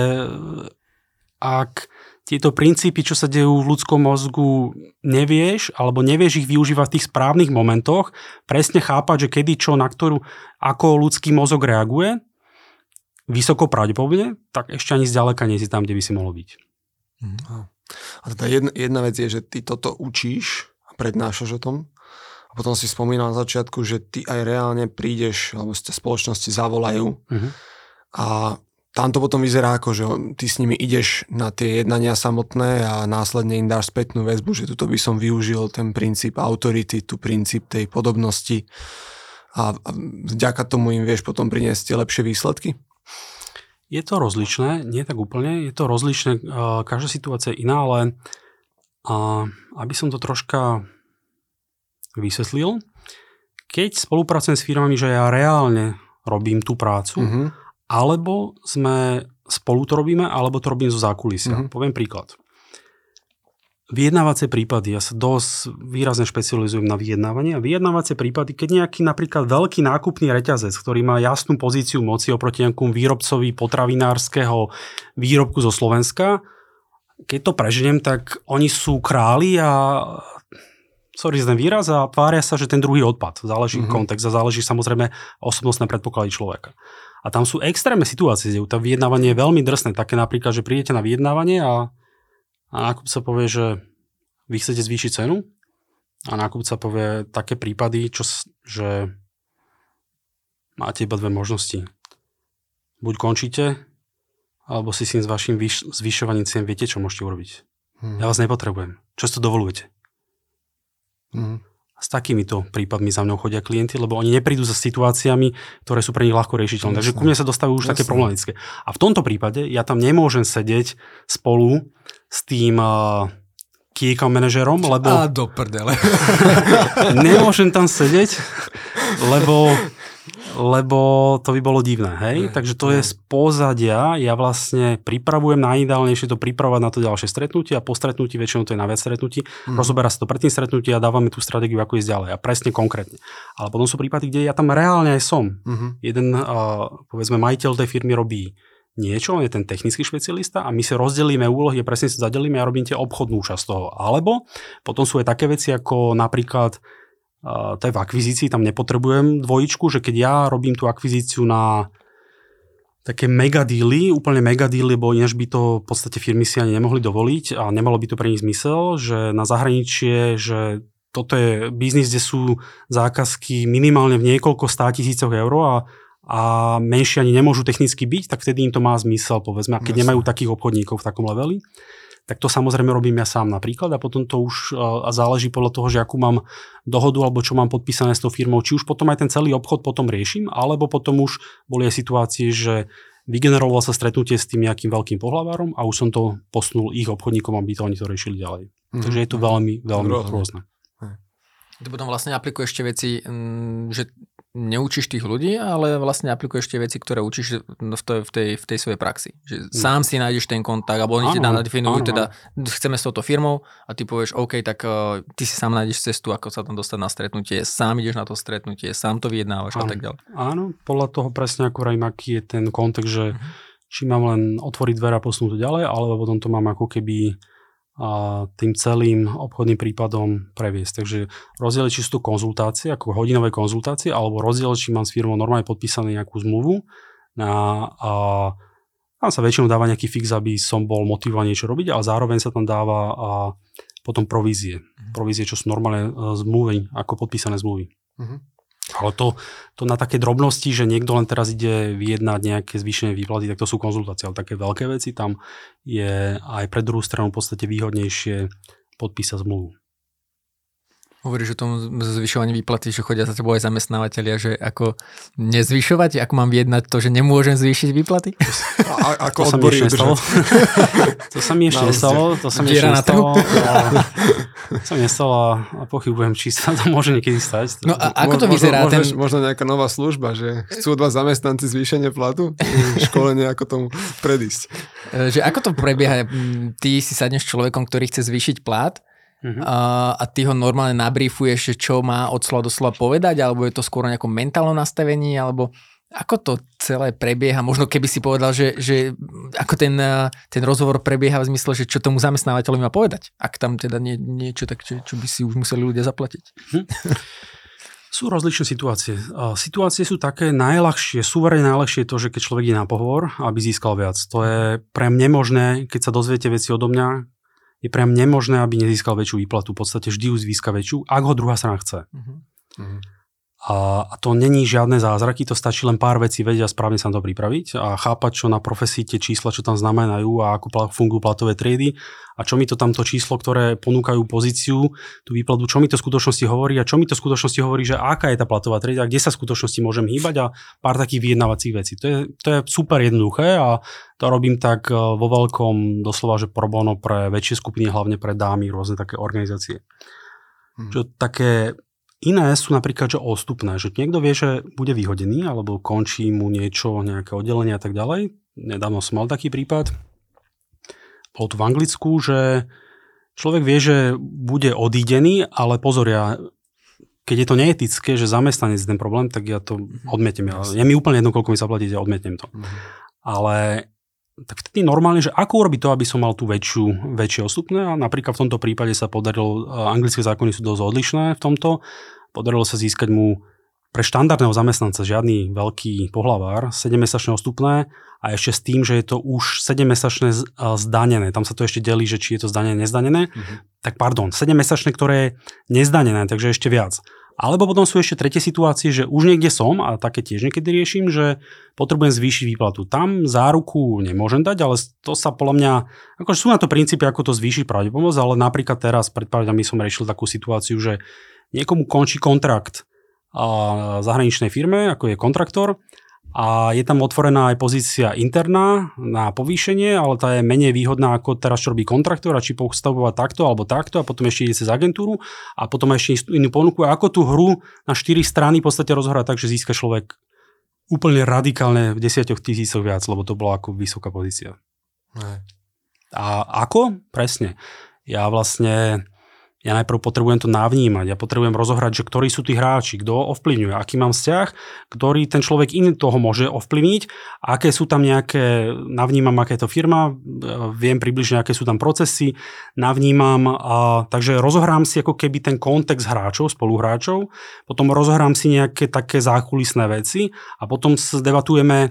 ak tieto princípy, čo sa dejú v ľudskom mozgu, nevieš, alebo nevieš ich využívať v tých správnych momentoch, presne chápať, že kedy čo, na ktorú, ako ľudský mozog reaguje, vysoko pravdepodobne, tak ešte ani zďaleka nie si tam, kde by si mohol byť. A teda jedna vec je, že ty toto učíš a prednášaš o tom. A potom si spomínal na začiatku, že ty aj reálne prídeš, alebo z tej spoločnosti zavolajú. A tam to potom vyzerá ako, že ty s nimi ideš na tie jednania samotné a následne im dáš spätnú väzbu, že tuto by som využil ten princíp autority, tu princíp tej podobnosti a vďaka tomu im vieš potom priniesť tie lepšie výsledky? Je to rozličné, nie tak úplne, je to rozličné, každá situácia je iná, ale aby som to troška vysvetlil, keď spolupracujem s firmami, že ja reálne robím tú prácu, alebo spolu to robíme, alebo to robím zo zákulisia. Poviem príklad. Vyjednávacie prípady. Ja sa dosť výrazne špecializujem na vyjednávanie. A vyjednávacie prípady, keď nejaký napríklad veľký nákupný reťazec, ktorý má jasnú pozíciu moci oproti nejakému výrobcovi potravinárskeho výrobku zo Slovenska, keď to preženiem, tak oni sú králi a sorry za ten výraz a tvária sa, že ten druhý odpad. Záleží kontext a záleží samozrejme osobnostné predpoklady človeka. A tam sú extrémne situácie, kde to vyjednávanie je veľmi drsné. Také napríklad, že prídete na vyjednávanie a nákupca povie, že vy chcete zvýšiť cenu a nákupca povie také prípady, že máte iba dve možnosti. Buď končíte, alebo si s vašim zvyšovaním cien viete, čo môžete urobiť. Ja vás nepotrebujem. Čo si to dovolujete? S takýmito prípadmi za mnou chodia klienti, lebo oni neprídu so situáciami, ktoré sú pre nich ľahko riešiteľné. Takže ku mne sa dostávajú už také problematické. A v tomto prípade ja tam nemôžem sedieť spolu s tým key account manažerom, lebo... A do prdele. Nemôžem tam sedieť, lebo to by bolo divné, hej? Takže to je z pozadia, ja vlastne pripravujem, najideálnejšie to pripravovať na to ďalšie stretnutie a po stretnutí, väčšinou to je na viac stretnutí, rozoberá sa to pred tým stretnutím a dávame tú stratégiu, ako ísť ďalej a presne konkrétne. Ale potom sú prípady, kde ja tam reálne aj som. Jeden, povedzme, majiteľ tej firmy robí niečo, on je ten technický špecialista a my si rozdelíme úlohy, presne sa zadelíme a robím tie obchodnú časť toho. Alebo potom sú aj také veci, ako napríklad to je v akvizícii, tam nepotrebujem dvojičku, že keď ja robím tú akvizíciu na také megadíly, úplne megadíly, lebo ináč by to v podstate firmy si ani nemohli dovoliť a nemalo by to pre nich zmysel, že na zahraničie, že toto je biznis, kde sú zákazky minimálne v niekoľko 100 000 eur a menšie ani nemôžu technicky byť, tak vtedy im to má zmysel, povedzme, a keď nemajú takých obchodníkov v takom leveli. Tak to samozrejme robím ja sám napríklad a potom to už záleží podľa toho, že akú mám dohodu alebo čo mám podpísané s tou firmou. Či už potom aj ten celý obchod potom riešim, alebo potom už boli aj situácie, že vygenerovalo sa stretnutie s tým nejakým veľkým pohlavárom a už som to posunul ich obchodníkom, aby to oni to riešili ďalej. Takže je to veľmi, veľmi rôzne. Ty potom vlastne aplikuješ ešte veci, že neučíš tých ľudí, ale vlastne aplikuješ tie veci, ktoré učíš v tej svojej praxi. Že sám si nájdeš ten kontakt, alebo oni ti nadefinujú, teda chceme s touto firmou a ty povieš, OK, tak ty si sám nájdeš cestu, ako sa tam dostať na stretnutie, sám ideš na to stretnutie, sám to vyjednávaš a tak ďalej. Áno, podľa toho presne ako vrajím, aký je ten kontext, že či mám len otvoriť dvere a posunúť to ďalej, alebo potom to mám ako keby tým celým obchodným prípadom previesť. Takže rozdiel, či sú to konzultácie, ako hodinové konzultácie, alebo rozdiel, či mám s firmou normálne podpísané nejakú zmluvu tam sa väčšinou dáva nejaký fix, aby som bol motivovaný niečo robiť, ale zároveň sa tam dáva potom provízie. Provízie, čo sú normálne zmluvy, ako podpísané zmluvy. Ale to na také drobnosti, že niekto len teraz ide vyjednať nejaké zvýšené výplaty, tak to sú konzultácie. Ale také veľké veci, tam je aj pre druhú stranu v podstate výhodnejšie podpísať zmluvu. Hovoríš o tom zvyšovaní výplaty, že chodia za tebou aj zamestnávateľia, že ako nezvyšovať, ako mám vyjednať to, že nemôžem zvýšiť výplaty? Ako odbory udržať? To sa mi ešte nestalo. To sa mi ešte nestalo a pochybujem, či sa to môže niekedy stať. No a ako to vyzerá? Možno nejaká nová služba, že chcú od vás zamestnanci zvýšenie platu? Školenie, ako tomu predísť. Že ako to prebieha? Ty si sadneš človekom, ktorý chce zvýšiť plat, a ty ho normálne nabrífuješ, že čo má od slova do slova povedať, alebo je to skôr nejakom mentálnom nastavení, alebo ako to celé prebieha? Možno keby si povedal, že ako ten rozhovor prebieha v zmysle, že čo tomu zamestnávateľovi má povedať, ak tam teda niečo tak, čo by si už museli ľudia zaplatiť. Sú rozličné situácie. Situácie sú také najľahšie, súverene najľahšie je to, že keď človek ide na pohovor, aby získal viac. To je pre mňa nemožné, keď sa dozviete veci odo mňa, je priam nemožné, aby nezískal väčšiu výplatu. V podstate vždy ju získa väčšiu, ak ho druhá strana chce. A to není žiadne zázraky, to stačí len pár vecí vedieť a správne sa na to pripraviť a chápať, čo na profesii tie čísla, čo tam znamenajú a ako fungujú platové triedy a čo mi to tamto číslo, ktoré ponúkajú pozíciu, tú výplatu, čo mi to v skutočnosti hovorí a čo mi to v skutočnosti hovorí, že aká je tá platová trieda, kde sa v skutočnosti môžem hýbať a pár takých vyjednávacích vecí. To je super jednoduché a to robím tak vo veľkom, doslova, že pro bono pre väčšie skupiny, hlavne pre dámy, rôzne také organizácie. Čo také iné sú napríklad, že odstupné, že niekto vie, že bude vyhodený alebo končí mu niečo, nejaké oddelenie a tak ďalej. Nedávno som mal taký prípad. Bolo to v Anglicku, že človek vie, že bude odídený, ale pozor, keď je to neetické, že zamestnanec je ten problém, tak ja to odmietnem. Je mi úplne jedno, koľko mi zaplatíte, odmietnem to. Ale tak vtedy normálne, že ako urobiť to, aby som mal tú väčšie odstupné a napríklad v tomto prípade sa podarilo, anglické zákony sú dosť odlišné v tomto, podarilo sa získať mu pre štandardného zamestnanca žiadny veľký pohlavár, 7-mesačné odstupné a ešte s tým, že je to už 7-mesačné zdanené. Tam sa to ešte delí, že či je to zdanené, nezdanené. Tak pardon, 7-mesačné, ktoré je nezdanené, takže ešte viac. Alebo potom sú ešte tretie situácie, že už niekde som, a také tiež niekedy riešim, že potrebujem zvýšiť výplatu. Tam záruku nemôžem dať, ale to sa podľa mňa, akože sú na to princípy, ako to zvýšiť pravdepodobnosť, ale napríklad teraz pred pár dňami som riešil takú situáciu, že niekomu končí kontrakt zahraničnej firme, ako je kontraktor, a je tam otvorená aj pozícia interná na povýšenie, ale tá je menej výhodná ako teraz, čo robí kontraktor a či postavovať takto alebo takto a potom ešte ide cez agentúru a potom ešte inú ponuku a ako tú hru na 4 strany v podstate rozhrať tak, že získa človek úplne radikálne v 10 000 viac, lebo to bola ako vysoká pozícia. A ako? Presne. Ja najprv potrebujem to navnímať, ja potrebujem rozohrať, že ktorí sú tí hráči, kto ovplyvňuje, aký mám vzťah, ktorý ten človek iný toho môže ovplyvniť, aké sú tam nejaké, navnímam, aké je to firma, viem približne, aké sú tam procesy, navnímam, takže rozohrám si ako keby ten kontext hráčov, spoluhráčov, potom rozohrám si nejaké také zákulisné veci a potom debatujeme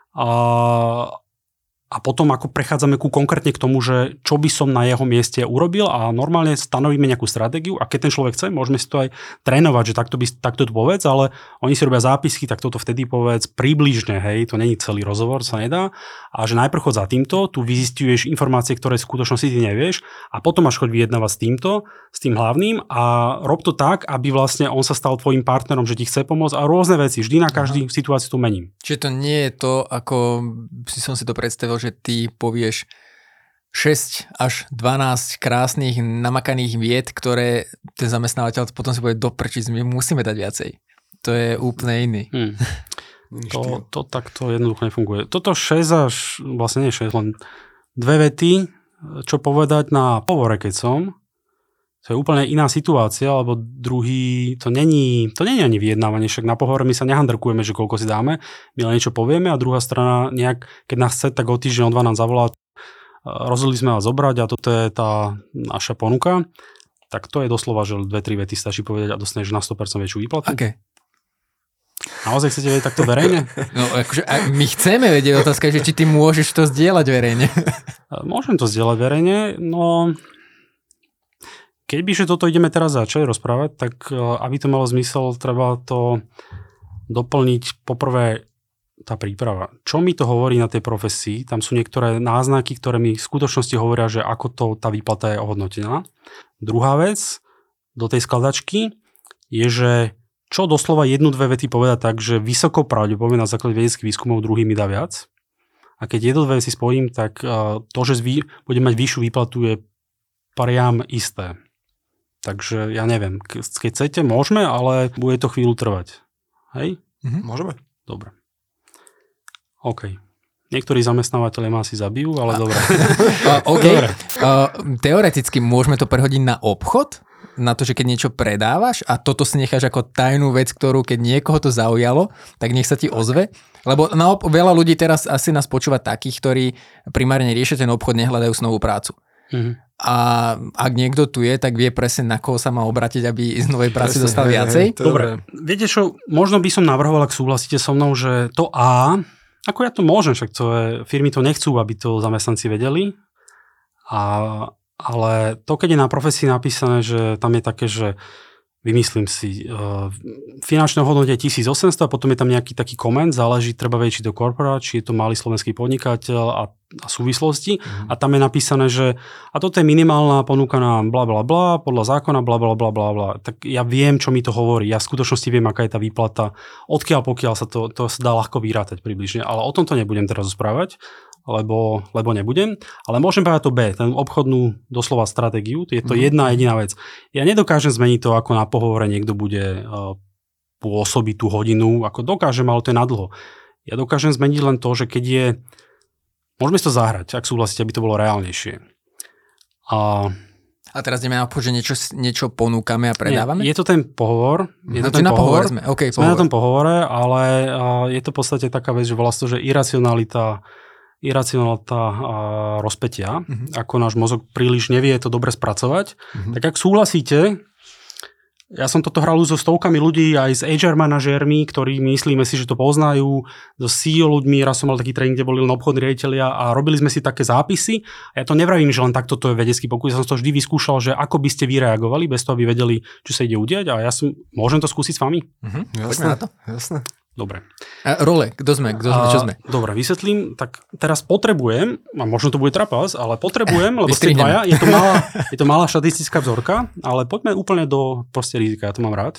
a potom ako prechádzame konkrétne k tomu, že čo by som na jeho mieste urobil a normálne stanovíme nejakú stratégiu a keď ten človek chce, môžeme si to aj trénovať, že takto to povedz, ale oni si robia zápisky, tak toto vtedy povedz približne, hej, to není celý rozhovor, sa nedá. A že najprv chod za týmto, tu vyzistuješ informácie, ktoré v skutočnosti ty nevieš a potom až choď vyjednávať s tým hlavným a rob to tak, aby vlastne on sa stal tvojim partnerom, že ti chce pomôcť a rôzne veci, vždy na každý situáciu to mením. Čiže to nie je to, ako si som si to predstavil, že ty povieš 6 až 12 krásnych namakaných vied, ktoré ten zamestnávateľ potom si povie doprčiť, my musíme dať viacej. To je úplne iný. To takto jednoducho nefunguje. Toto 6 až, vlastne nie 6, len 2 vety, čo povedať na pohovore, keď som, to je úplne iná situácia, lebo druhý, to není ani vyjednávanie, však na pohovore my sa nehandrkujeme, že koľko si dáme, my len niečo povieme a druhá strana nejak, keď nás chce, tak o týždeň, o 2 nám zavolá, rozhodli sme vás zobrať a toto je tá naša ponuka, tak to je doslova, že 2-3 vety stačí povedať a dostaneš na 100% väčšiu výplatu. Okay. Naozaj chcete vedieť takto verejne? No akože my chceme vedieť, otázka je, že či ty môžeš to zdieľať verejne. Môžem to zdieľať verejne, no... kebyže toto ideme teraz začať rozprávať, tak aby to malo zmysel, treba to doplniť poprvé tá príprava. Čo mi to hovorí na tej profesii? Tam sú niektoré náznaky, ktoré mi v skutočnosti hovoria, že ako to tá výplata je ohodnotená. Druhá vec do tej skladačky je, že čo doslova 1-2 vety povedať tak, že vysoko pravdepodobne na základe vedeckých výskumov druhý mi dá viac. A keď 1-2 veci spojím, tak to, že budem mať vyššiu výplatu je priam isté. Takže ja neviem, keď chcete, môžeme, ale bude to chvíľu trvať. Hej? Môžeme. Dobre. OK. Niektorí zamestnávateľe ma asi zabijú, ale dobre. OK. Teoreticky môžeme to prehodiť na obchod? Na to, že keď niečo predávaš a toto si necháš ako tajnú vec, ktorú keď niekoho to zaujalo, tak nech sa ti ozve? Lebo veľa ľudí teraz asi nás počúva takých, ktorí primárne riešia ten obchod, nehľadajú si novú prácu. A ak niekto tu je, tak vie presne, na koho sa má obrátiť, aby z novej práce dostal viacej. Dobre. Viete čo, možno by som navrhoval, ak súhlasíte so mnou, že to A, ako ja to môžem, však to je, firmy to nechcú, aby to zamestnanci vedeli, ale to, keď je na profesii napísané, že tam je také, že vymyslím si, finančné hodnotie 1800 a potom je tam nejaký taký koment, záleží, treba vedieť, či to korporát, či je to malý slovenský podnikateľ a súvislosti. A tam je napísané, že a toto je minimálna ponuka na bla bla bla, podľa zákona bla bla bla bla bla. Tak ja viem, čo mi to hovorí. Ja v skutočnosti viem, aká je tá výplata, odkiaľ pokiaľ sa to sa dá ľahko vyrátať približne. Ale o tomto nebudem teraz rozprávať, lebo nebudem. Ale môžem povedať to B, ten obchodnú doslova stratégiu. Je to jedna jediná vec. Ja nedokážem zmeniť to, ako na pohovore niekto bude pôsobiť tú hodinu, ako dokážem, ale to je nadlho. Ja dokážem zmeniť len to, že keď je... Môžeme si to zahrať, ak súhlasíte, aby to bolo reálnejšie. A teraz ideme na obchod, že niečo ponúkame a predávame? Nie, je to ten pohovor. Je to ten pohovor? Okay, sme na tom pohovore, ale je to v podstate taká vec, že volá sa to, že iracionalita rozpätia, ako náš mozog príliš nevie to dobre spracovať. Tak ak súhlasíte, ja som toto hral so stovkami ľudí, aj s HR manažérmi, ktorí myslíme si, že to poznajú, so CEO ľuďmi, raz som mal taký tréning, kde boli len obchodní riaditelia a robili sme si také zápisy. A ja to nevravím, že len takto to je vedecký pokus, ja som to vždy vyskúšal, že ako by ste vy reagovali, bez toho, aby vedeli, čo sa ide udiať, a môžem to skúsiť s vami? Jasné, jasné. Dobre. Role, kto sme, čo sme? Dobre, vysvetlím. Tak teraz potrebujem, a možno to bude trapas, ale potrebujem, lebo ste dvaja, je to malá štatistická vzorka, ale poďme úplne do proste rizika, ja to mám rád.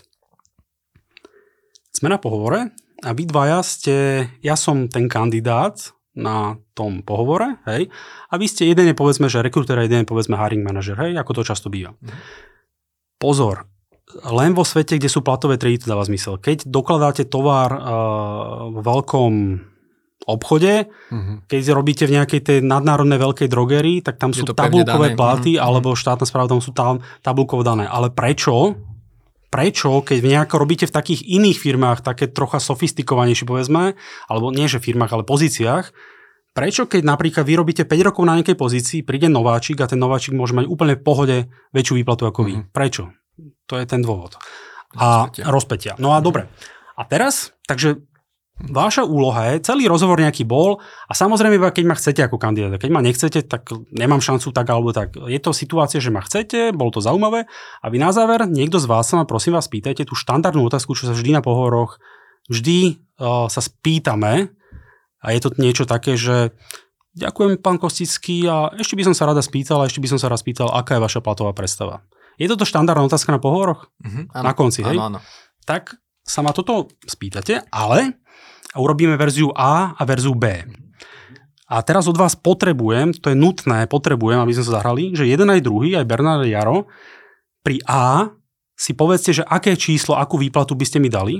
Sme na pohovore a vy dvaja ja som ten kandidát na tom pohovore, hej, a vy ste jeden je povedzme, že rekruter a jeden je povedzme hiring manažer, hej, ako to často býva. Pozor, len vo svete, kde sú platové triedy, to dáva zmysel. Keď dokladáte tovar vo veľkom obchode, keď robíte v nejakej tej nadnárodnej veľkej drogerii, tak tam sú tabulkové platy, alebo štátna správa, tam sú tabulkovo dané. Ale prečo, keď nejako robíte v takých iných firmách, také trocha sofistikovanejšie povedzme, alebo nie že firmách, ale pozíciách, prečo, keď napríklad vy robíte 5 rokov na nejakej pozícii, príde nováčik a ten nováčik môže mať úplne v pohode väčšiu výplatu ako vy? Prečo? To je ten dôvod. A rozpätia. No a dobre. A teraz, takže vaša úloha je, celý rozhovor nejaký bol a samozrejme, keď ma chcete ako kandidáta, keď ma nechcete, tak nemám šancu tak alebo tak. Je to situácia, že ma chcete, bolo to zaujímavé a vy na záver, niekto z vás sa ma prosím vás pýtajte tú štandardnú otázku, čo sa vždy na pohovoroch, vždy sa spýtame a je to niečo také, že ďakujem pán Kostický a ešte by som sa raz spýtal, aká je vaša platová predstava. Je toto štandardná otázka na pohovoroch? Na konci, hej? Áno. Tak sa ma toto spýtate, ale urobíme verziu A a verziu B. A teraz od vás potrebujem, aby sme sa zahrali, že jeden aj druhý, aj Bernard a Jaro, pri A si povedzte, že aké číslo, akú výplatu by ste mi dali,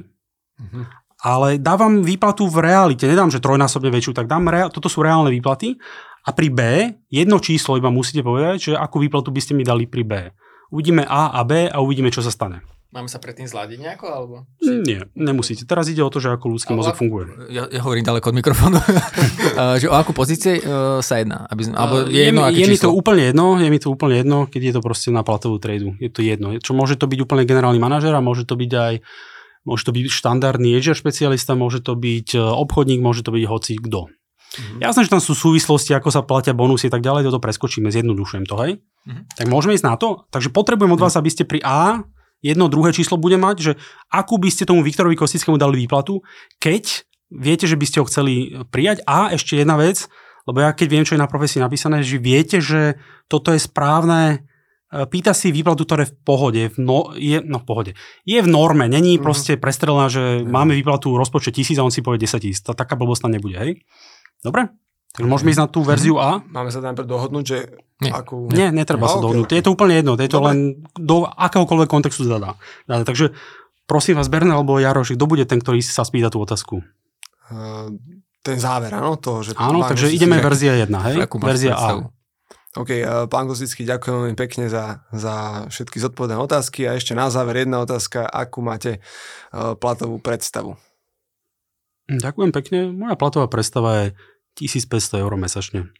ale dávam výplatu v realite, nedám, že trojnásobne väčšiu, tak dám, toto sú reálne výplaty a pri B jedno číslo iba musíte povedať, že akú výplatu by ste mi dali pri B. Uvidíme A a B a uvidíme, čo sa stane. Máme sa predtým zladiť nejako? Alebo? Nie, nemusíte. Teraz ide o to, že ako ľudský mozog funguje. Ja hovorím ďaleko od mikrofónu. Že o akú pozície sa jedná? Alebo je mi to úplne jedno, keď je to proste na platovú tradu. Je to jedno. Čo môže to byť úplne generálny manažer a môže to byť štandardný HR špecialista, môže to byť obchodník, môže to byť hoci kto. Jasné, že tam sú súvislosti, ako sa platia bonusy a tak ďalej, toto preskočíme, zjednodušujem to, hej? Tak môžeme ísť na to? Takže potrebujem od vás, aby ste pri A jedno, druhé číslo bude mať, že akú by ste tomu Viktorovi Kostickému dali výplatu, keď viete, že by ste ho chceli prijať. A ešte jedna vec, lebo ja keď viem, čo je na profesii napísané, že viete, že toto je správne, pýta si výplatu, ktorá je v pohode, je v pohode. Je v norme, není proste prestrelená, že máme výplatu rozpočet 1000 a on si povie 10 000. Taká blbosť tam nebude, hej? Dobre? Takže môžeme ísť na tú verziu A. Máme sa najprv dohodnúť, že akú... Nie, netreba sa dohodnúť. Je to úplne jedno. Je to len do akéhokoľvek kontextu zadá. Takže prosím vás, Bernard alebo Jaroš, kto bude ten, ktorý sa spýta tú otázku? Ten záver, áno? Áno, takže ideme verzia 1, hej? Verzia A. OK, pán Kostický, ďakujem veľmi pekne za všetky zodpovedané otázky a ešte na záver jedna otázka, akú máte platovú predstavu? Ďakujem pekne. Moja platová predstava je 1500 eur mesačne.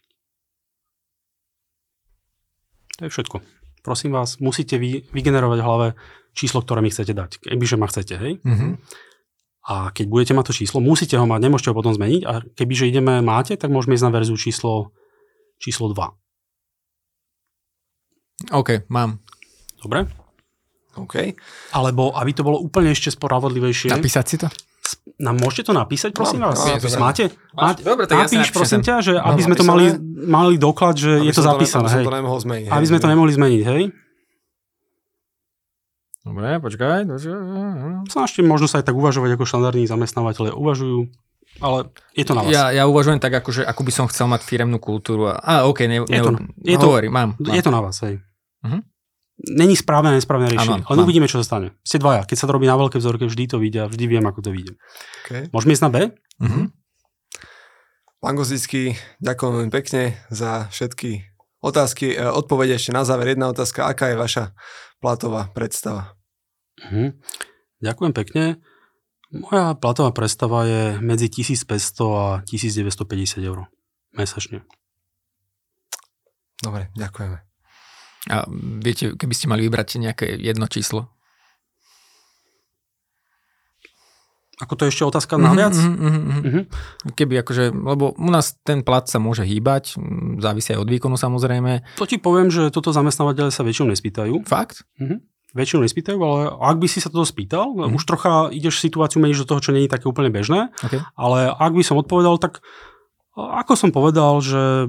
To je všetko. Prosím vás, musíte vygenerovať v hlave číslo, ktoré mi chcete dať. Kebyže ma chcete, hej? A keď budete mať to číslo, musíte ho mať, nemôžete ho potom zmeniť a kebyže máte, tak môžeme ísť na verziu číslo 2. OK, mám. Dobre? OK. Alebo, aby to bolo úplne ešte spravodlivejšie. Napísať si to? Môžete to napísať, prosím vás? Máte? Dobre, tak napíš, prosím ťa, že aby sme to mali doklad, že je to zapísané. Aby sme to nemohol zmeniť. Aby sme to nemohli zmeniť, hej? Dobre, počkaj. Snažte možno sa aj tak uvažovať, ako štandardní zamestnávateľe uvažujú, ale je to na vás. Ja uvažujem tak, akože, ako by som chcel mať firemnú kultúru. OK, mám. Je to na vás, hej. Není správne a nesprávne riešenie. Ale uvidíme, čo sa stane. Ste dvaja. Keď sa to robí na veľké vzorke, vždy to vyjde a vždy viem, ako to vyjde. Okay. Môžeme ísť na B? Pán Kostický, ďakujem veľmi pekne za všetky otázky. Odpovede ešte na záver. Jedna otázka. Aká je vaša platová predstava? Ďakujem pekne. Moja platová predstava je medzi 1500 a 1950 eur mesačne. Dobre, ďakujeme. A viete, keby ste mali vybrať nejaké jedno číslo? Ako to je ešte otázka na viac? Keby akože, lebo u nás ten plat sa môže hýbať, závisí aj od výkonu samozrejme. To ti poviem, že toto zamestnávateľe sa väčšinou nespýtajú. Fakt? Väčšinou nespýtajú, ale ak by si sa toto spýtal, už trocha ideš situáciu meníš do toho, čo nie je také úplne bežné, ale ak by som odpovedal, tak ako som povedal, že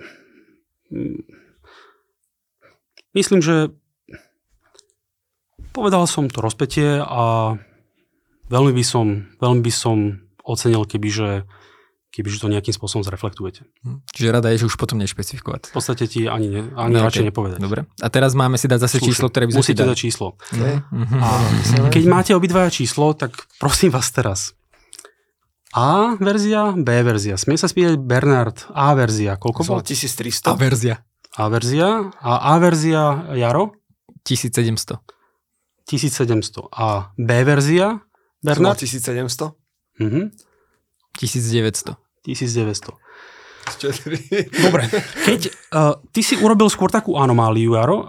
myslím, že povedal som to rozpätie a veľmi by som ocenil, kebyže to nejakým spôsobom zreflektujete. Čiže rada je, že už potom nešpecifikovať. V podstate ti ani radšej nepovedať. Dobre. A teraz máme si dať zase číslo, ktoré by sme musíte dať číslo. A keď máte obidvaja číslo, tak prosím vás teraz. A verzia, B verzia. Smie sa spýtať Bernard, A verzia. Koľko bolo? 1300. A verzia. A verzia. A A verzia Jaro? 1700. 1700. A B verzia Bernard? 1700. 1900. 1900. Dobre. Keď ty si urobil skôr takú anomáliu, Jaro,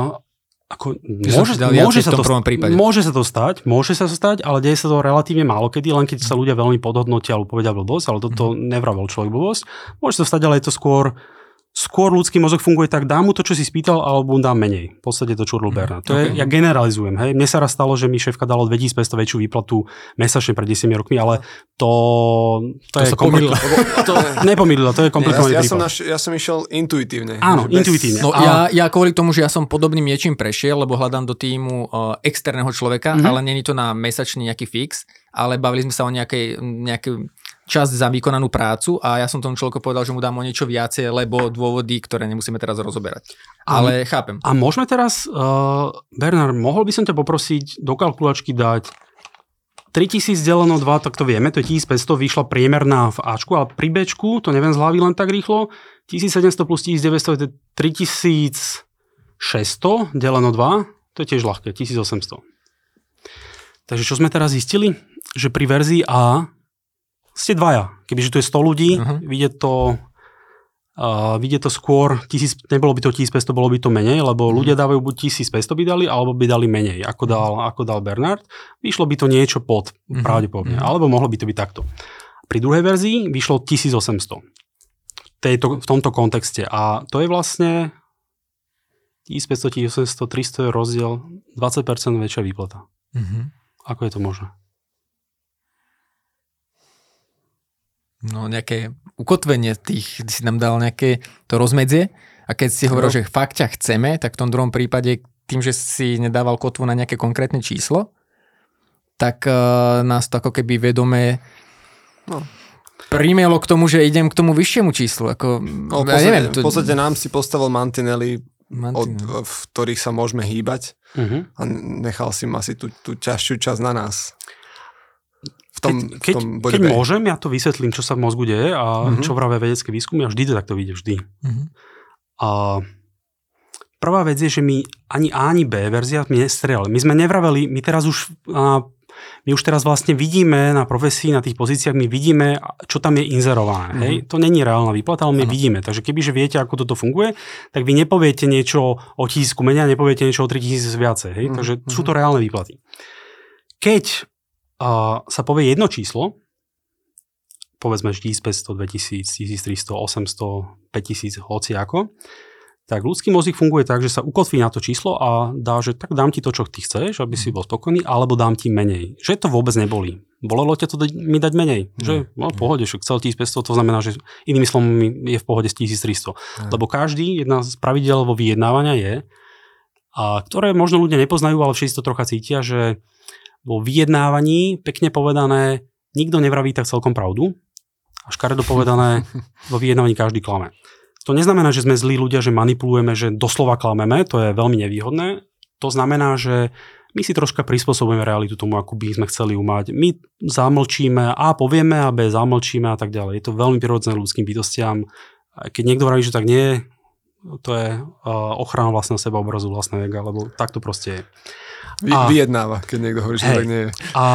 môže sa to stať, ale deje sa to relatívne málo kedy, len keď sa ľudia veľmi podhodnotia alebo povedia blbosť, ale toto nevravel človek blbosť. Môže sa to stať, ale je to skôr ľudský mozog funguje tak, dám mu to, čo si spýtal, alebo dám menej. V podstate to, čo robil Bernard. To je, ja generalizujem, hej. Mne sa raz stalo, že mi šéfka dalo 2500 väčšiu výplatu mesačne pred 10 rokmi, ale to je komplikované. Nepomýlilo, to je komplikovaný prípad. Ja som išiel intuitívne. Áno, intuitívne. No, ja kvôli tomu, že ja som podobným niečím prešiel, lebo hľadám do týmu externého človeka, ale není to na mesačný nejaký fix, ale bavili sme sa o nejakej časť za vykonanú prácu a ja som tomu človeku povedal, že mu dám o niečo viacej, lebo dôvody, ktoré nemusíme teraz rozoberať. Ale chápem. A môžeme teraz, Bernard, mohol by som ťa poprosiť do kalkulačky dať 3000 deleno 2, tak to vieme, to je 1500, vyšla priemerná v Ačku, ale pri Bčku, to neviem z hlavy len tak rýchlo, 1700 plus 1900 je 3600 deleno 2, to je tiež ľahké, 1800. Takže čo sme teraz zistili? Že pri verzii A ste dvaja. Kebyže to je 100 ľudí, vidie to skôr, nebolo by to 1500, bolo by to menej, lebo ľudia dávajú buď 1500 by dali, alebo by dali menej, ako dal Bernard. Vyšlo by to niečo pod, pravdepodobne, alebo mohlo by to byť takto. Pri druhej verzii vyšlo 1800 v tomto kontexte a to je vlastne 1500, 1800, 300 je rozdiel 20% väčšia výplata. Ako je to možné? No nejaké ukotvenie tých, ty si nám dal nejaké to rozmedzie a keď si hovoril, že fakt ťa chceme, tak v tom druhom prípade tým, že si nedával kotvu na nejaké konkrétne číslo, tak nás to ako keby vedome primelo k tomu, že idem k tomu vyššiemu číslu. V podstate nám si postavil mantinely, v ktorých sa môžeme hýbať a nechal si asi tú ťažšiu časť na nás. Keď môžem, ja to vysvetlím, čo sa v mozgu deje a čo vravia vedecké výskumy a vždy to takto vyjde, vždy. A prvá vec je, že my ani A, ani B verzia my nestrieľali. My sme nevraveli, my už teraz vlastne vidíme na profesii, na tých pozíciách, my vidíme, čo tam je inzerované. Hej? To není reálna výplata, ale my vidíme. Takže kebyže viete, ako toto funguje, tak vy nepoviete niečo o 1000 menej a nepoviete niečo o 3000 viacej. Hej? Takže sú to reálne výplaty. Keď sa povie jedno číslo, povedzme 1500, 2000, 1300, 800, 5000, hociako, tak ľudský mozog funguje tak, že sa ukotví na to číslo a dá, že tak dám ti to, čo ty chceš, aby si bol spokojný, alebo dám ti menej. Že to vôbec nebolí. Bolelo ťa to mi dať menej. Že v pohode, že chcel 1500, to znamená, že inými slovami je v pohode s 1300. Lebo jedna z pravidel vo vyjednávania je, a ktoré možno ľudia nepoznajú, ale všetci to trocha cítia, že vo vyjednávaní, pekne povedané, nikto nevraví tak celkom pravdu. A škaredo povedané, vo vyjednávaní každý klame. To neznamená, že sme zlí ľudia, že manipulujeme, že doslova klameme, to je veľmi nevýhodné. To znamená, že my si troška prispôsobujeme realitu tomu, ako by sme chceli ju mať. My zamlčíme A, povieme a B, zamlčíme a tak ďalej. Je to veľmi prirodzené ľudským bytostiam. Keď niekto vraví, že tak nie je, to je ochrana vlastného sebaobrazu, vlastného ega, lebo tak to proste je. Vyjednáva, keď niekto hovorí, že tak nie je.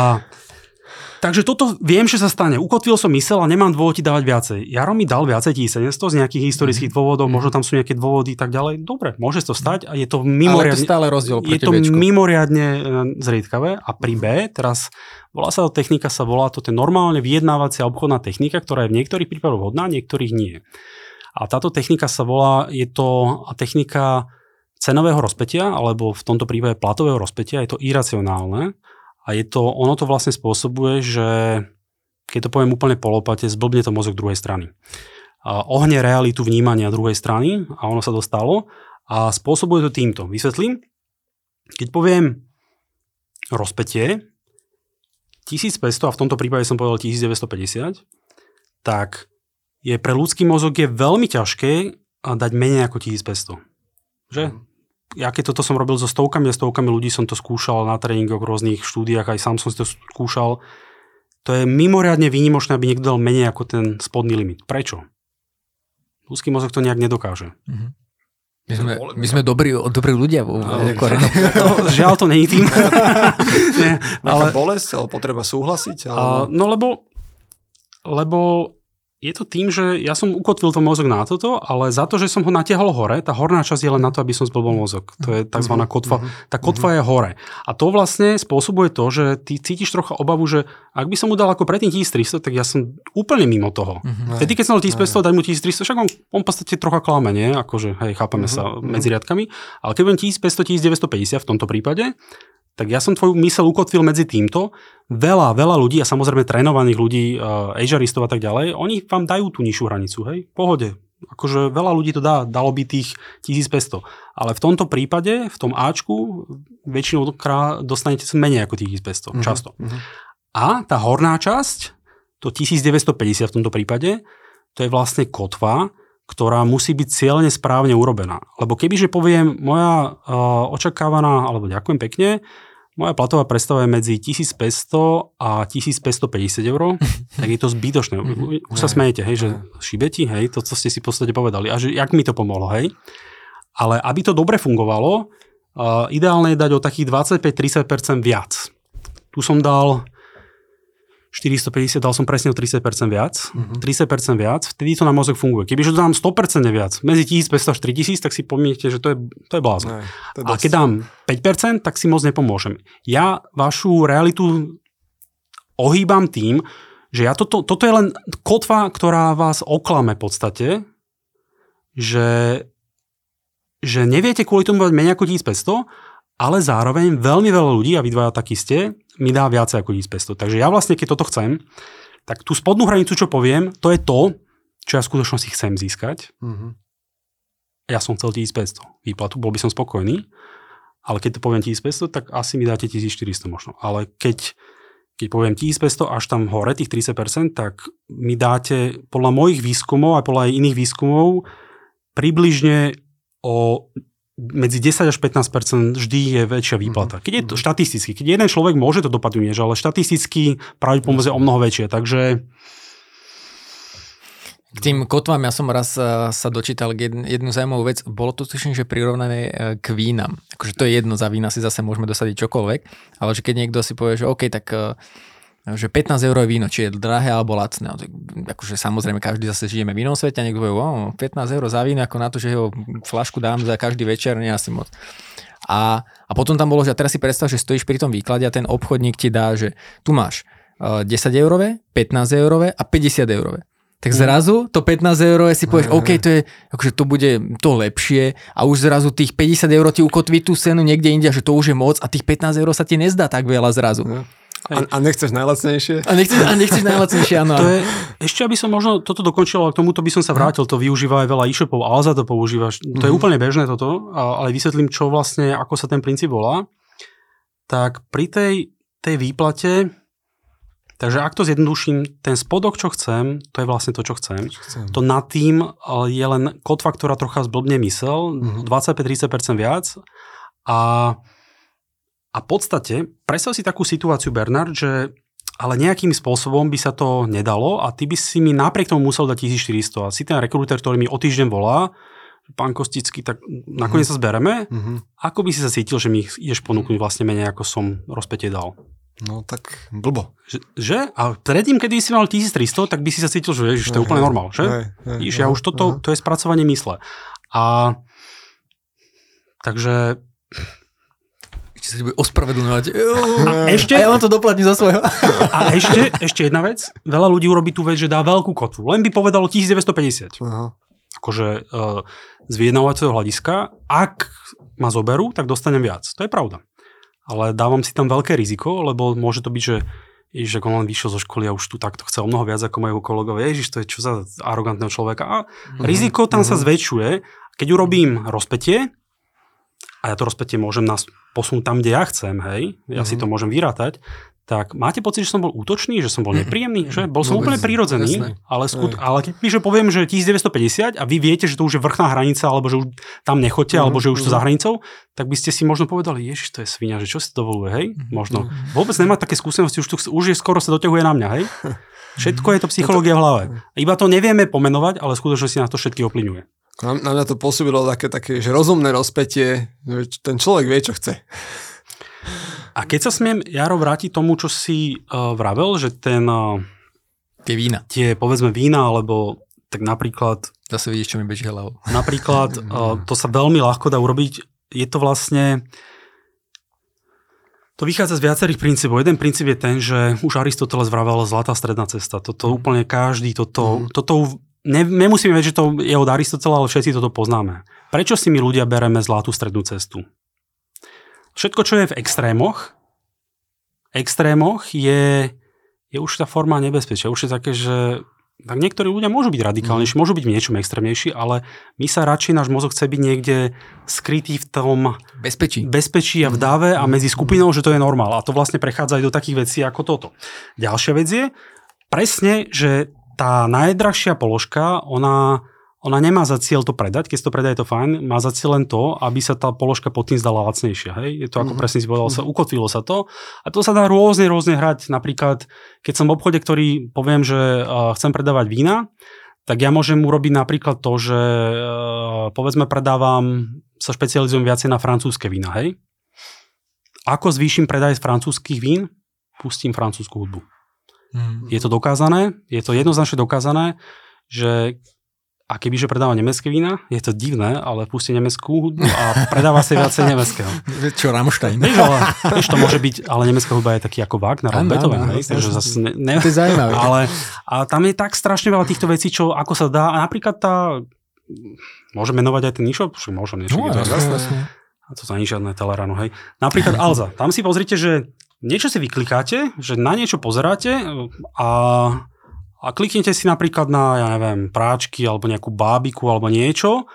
Takže toto viem, že sa stane. Ukotvil som mysel a nemám dôvod ti dávať viacej. Jaro mi dal viacej 1700 z nejakých historických dôvodov, možno tam sú nejaké dôvody tak ďalej. Dobre, môže to stať a je to mimoriadne, ale to stále rozdiel proti je to mimoriadne zriedkavé. A pri B, teraz technika sa volá to normálne vyjednávacia obchodná technika, ktorá je v niektorých prípadoch vhodná, niektorých nie. A táto technika sa volá, je to technika cenového rozpätia, alebo v tomto prípade platového rozpätia, je to iracionálne. A ono to vlastne spôsobuje, že keď to poviem úplne polopate, zblbne to mozog druhej strany. Ohne realitu vnímania druhej strany a ono sa dostalo a spôsobuje to týmto. Vysvetlím. Keď poviem rozpätie 1500 a v tomto prípade som povedal 1950, tak je pre ľudský mozog je veľmi ťažké dať menej ako 1500. Že? Ja keď toto som robil so stovkami a stovkami ľudí, som to skúšal na tréningoch, v rôznych štúdiách, aj sám som si to skúšal. To je mimoriadne výnimočné, aby niekto dal menej ako ten spodný limit. Prečo? Ľudský mozog to nejak nedokáže. My sme dobrí ľudia. Žiaľ, to nie je tým. Ale bolesť, alebo potreba súhlasiť? Alebo... No lebo je to tým, že ja som ukotvil to mozog na toto, ale za to, že som ho natiahol hore, tá horná časť je len na to, aby som zblbol mozog. To je tzv. Kotva. Tá kotva je hore. A to vlastne spôsobuje to, že ty cítiš trocha obavu, že ak by som mu dal ako predtým 1300, tak ja som úplne mimo toho. Vtedy, keď som dal 1500, dať mu 1300, však on v podstate trocha klame, nie? Akože, hej, chápeme sa medzi riadkami. Ale keď budem 1500, 1950 v tomto prípade, tak ja som tvoju myseľ ukotvil medzi týmto. Veľa ľudí a samozrejme trénovaných ľudí, agearistov a tak ďalej, oni vám dajú tú nižšiu hranicu, hej, v pohode. Akože veľa ľudí to dalo by tých 1500. Ale v tomto prípade, v tom Ačku, väčšinou dostanete menej ako 1500, často. A tá horná časť, to 1950 v tomto prípade, to je vlastne kotva, ktorá musí byť cieľene správne urobená. Lebo kebyže poviem, moja očakávaná, alebo ďakujem pekne, moja platová predstava je medzi 1500 a 1550 eur, tak je to zbytočné. Už sa smejete, hej, že šibeti, hej, to, co ste si v podstate povedali. A že jak mi to pomohlo, hej. Ale aby to dobre fungovalo, ideálne je dať o takých 25-30% viac. Tu som dal 450, dal som presne o 30% viac. 30% viac, vtedy to na mozog funguje. Kebyže to dám 100% viac, medzi 1500 až 3000, tak si pomýšľate, že to je blázon. A keď dám 5%, tak si moc nepomôžem. Ja vašu realitu ohýbam tým, že toto je len kotva, ktorá vás oklame v podstate, že že neviete kvôli tomu mať menej ako 1500, ale zároveň veľmi veľa ľudí, a vy dvaja takí ste, mi dá viacej ako 1500. Takže ja vlastne, keď toto chcem, tak tú spodnú hranicu, čo poviem, to je to, čo ja v skutočnosti chcem získať. Ja som chcel 1500 výplatu, bol by som spokojný, ale keď to poviem 1500, tak asi mi dáte 1400 možno. Ale keď poviem 1500 až tam hore, tých 30%, tak mi dáte podľa mojich výskumov a podľa iných výskumov približne medzi 10 až 15% vždy je väčšia výplata. Keď je to štatisticky, keď jeden človek môže to dopadnúť, ale štatisticky pravdepodobne je o mnoho väčšie, takže... K tým kotvám ja som raz sa dočítal jednu zaujímavú vec. Bolo to tuším, že prirovnané k vínam. Akože to je jedno, za vína si zase môžeme dosadiť čokoľvek, ale že keď niekto si povie, že OK, tak že 15 € je víno, či je drahé alebo lacné. Akože samozrejme každý zase žijeme v inom svete a niekto povie, 15 € za víno, ako na to, že ho flašku dám za každý večer, nie asi moc. A potom tam bolo, že teraz si predstav, že stojíš pri tom výklade a ten obchodník ti dá, že tu máš 10 €, 15 € a 50 €. Tak zrazu to 15 € si povieš, OK, to je, akože to bude to lepšie a už zrazu tých 50 € ti ukotví tú cenu niekde inde, že to už je moc a tých 15 € sa ti nezdá tak veľa zrazu. A nechceš najlacnejšie? A nechceš najlacnejšie, áno. Ešte aby som možno toto dokončil, ale k tomuto by som sa vrátil, to využíva aj veľa e-shopov, Alza to používaš, to je úplne bežné toto, ale vysvetlím, čo vlastne, ako sa ten princíp volá. Tak pri tej výplate, takže ak to zjednoduším, ten spodok, čo chcem, to je vlastne to, čo chcem. To nad tým je len kotva, ktorá trocha zblbne mysel, 25-30% viac a v podstate, predstav si takú situáciu, Bernard, že ale nejakým spôsobom by sa to nedalo a ty by si mi napriek tomu musel dať 1400 a si ten rekrúter, ktorý mi o týždeň volá, pán Kostický, tak nakoniec sa zbereme. Ako by si sa cítil, že mi ideš ponúknuť vlastne menej, ako som rozpätie dal? No tak blbo. Že? A predtým, keď si mal 1300, tak by si sa cítil, že ježiš, to je úplne normál, že? Ja už toto, to je spracovanie mysle. A takže... Ešte sa ti bude ospravedlňovať. A ja vám to doplatím za svojho. A ešte jedna vec. Veľa ľudí urobí tú vec, že dá veľkú kotvu. Len by povedalo 1950. Akože z vyjednávacieho hľadiska, ak ma zoberú, tak dostanem viac. To je pravda. Ale dávam si tam veľké riziko, lebo môže to byť, že Ježiš, on len vyšiel zo školy a už tu takto chce o mnoho viac ako mojeho kolegovia. Ježiš, to je čo za arogantného človeka. A riziko tam sa zväčšuje. Keď urobím rozpätie, a ja to rozpätie môžem nás posunúť tam, kde ja chcem, hej, ja si to môžem vyrátať, tak máte pocit, že som bol útočný, že som bol nepríjemný, že bol som úplne prirodzený, ale keď že poviem, že 1950 a vy viete, že to už je vrchná hranica, alebo že už tam nechoďte, alebo že už to za hranicou, tak by ste si možno povedali, ježiš, to je svinia, že čo si to dovoluje, hej, možno. Vôbec nemá také skúsenosti, už je skoro sa doťahuje na mňa, hej. Všetko je to psychológia v hlave. Iba to nevieme pomenovať, ale skutočne si nás to všetky ovplyvňuje. Na mňa to pôsobilo také, že rozumné rozpätie, že ten človek vie, čo chce. A keď sa smiem, Jaro, vrátiť tomu, čo si vravel, že tie vína. Tie, povedzme, vína, alebo tak napríklad... Zase vidíš, čo mi beží hlavou. Napríklad, to sa veľmi ľahko dá urobiť. Je to vlastne... To vychádza z viacerých princípov. Jeden princíp je ten, že už Aristoteles vravel zlatá stredná cesta. Toto úplne každý, nemusíme vedieť, že to je od Aristotela, ale všetci toto poznáme. Prečo si my ľudia bereme zlatú strednú cestu? Všetko, čo je v extrémoch je už tá forma nebezpečia. Už je také, že tak niektorí ľudia môžu byť radikálnejší, môžu byť v niečom extrémnejší, ale my sa radšej, náš mozog chce byť niekde skrytý v tom bezpečí a v dáve a medzi skupinou, že to je normál. A to vlastne prechádza aj do takých vecí ako toto. Ďalšia vec je presne, že tá najdrahšia položka, ona nemá za cieľ to predať, keď si to predá, je to fajn, má za cieľ len to, aby sa tá položka pod tým zdala lacnejšia. Hej? Je to ako presne si povedal, ukotvilo sa to a to sa dá rôzne hrať. Napríklad, keď som v obchode, ktorý poviem, že chcem predávať vína, tak ja môžem urobiť napríklad to, že povedzme sa špecializujem viacej na francúzske vína. Hej? Ako zvýšim predaj francúzskych vín? Pustím francúzsku hudbu. Je to dokázané, je to jednoznačne dokázané, že a kebyže predáva nemecké vína, je to divné, ale pustí nemeckú hudbu a predáva sa viacej nemeckého. Čo, Rammstein? Vieš, to môže byť, ale nemecká hudba je taký ako Wagner, Beethoven, takže zase to je zaujímavé. A tam je tak strašne veľa týchto vecí, čo ako sa dá, a napríklad môžem menovať aj ten e-shop? Môžem, niečo. No, jasne. A to nie je žiadne Telerano, hej. Napríklad Alza. Tam si pozrite, že niečo si vyklikáte, že na niečo pozeráte a kliknete si napríklad na, ja neviem, práčky alebo nejakú bábiku alebo niečo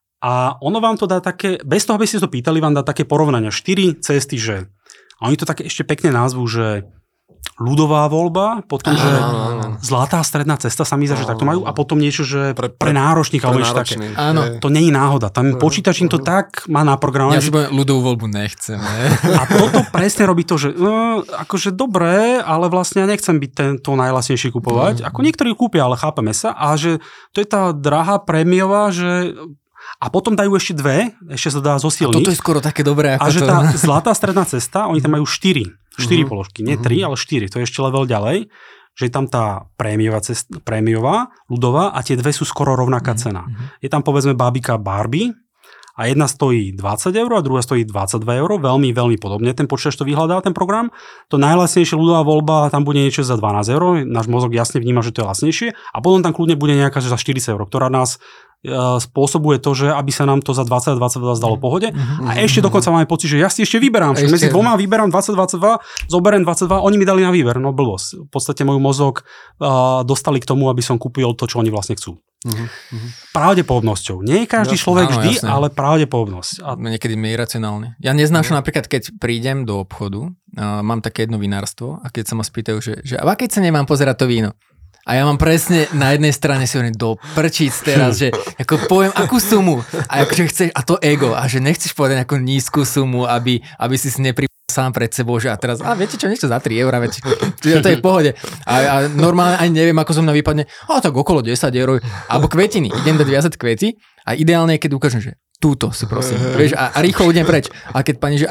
a ono vám to dá také, bez toho, aby ste to pýtali, vám dá také porovnania. 4 cesty, že a oni to také ešte pekne názvu, že ľudová voľba, potom, že zlatá stredná cesta sa mi zdá, že takto majú a potom niečo, že pre náročník alebo niečo také. Áno. To nie je náhoda. Tam počítač im to tak má naprogramované. Ja si poviem, ľudovú voľbu nechceme. A toto presne robí to, že akože dobré, ale vlastne ja nechcem byť to najlasnejšie kupovať. Ako niektorí kúpia, ale chápeme sa. A že to je tá drahá prémiová, že a potom dajú ešte dve, ešte sa dá zosilniť. A toto je skoro také dobré. Ako a že to... tá zlatá stredná cesta, oni tam majú 4 položky. Nie 3, ale 4. To je ešte level ďalej. Že je tam tá prémiová, ľudová a tie dve sú skoro rovnaká cena. Je tam povedzme bábika Barbie a jedna stojí 20 eur a druhá stojí 22 eur. Veľmi, veľmi podobne ten počítač to vyhľadá, ten program. To najlacnejšie ľudová voľba, tam bude niečo za 12 eur. Náš mozog jasne vníma, že to je lacnejšie. A potom tam kľudne bude nejaká za 40 eur, ktorá nás spôsobuje to, že aby sa nám to za 20 a 22 zdalo v pohode. A ešte dokonca máme pocit, že ja si ešte vyberám. Medzi dvoma vyberám 20-22, zoberiem 22, oni mi dali na výber. No blbosť. V podstate môj mozog dostali k tomu, aby som kúpil to, čo oni vlastne chcú. Pravdepodobnosťou. Nie je každý človek vždy, ale pravdepodobnosť. A... Niekedy mi je iracionálne. Ja neznášam napríklad, keď prídem do obchodu, mám také jedno vinárstvo a keď sa ma spýtajú, že a v akej cene mám pozerať to víno? A ja mám presne na jednej strane si hovorím do prčíc teraz, že ako poviem akú sumu a akože chceš, a to ego, a že nechceš povedať nejakú nízku sumu, aby si nepripal sám pred sebou, že a teraz, viete čo, niečo za 3 eurá, veď, to je v pohode. A normálne ani neviem, ako som mňa vypadne, tak okolo 10 eur, alebo kvetiny, idem dať viazať kvety a ideálne je, keď ukážem, že túto si prosím, vieš, a rýchlo idem preč. A keď pani, že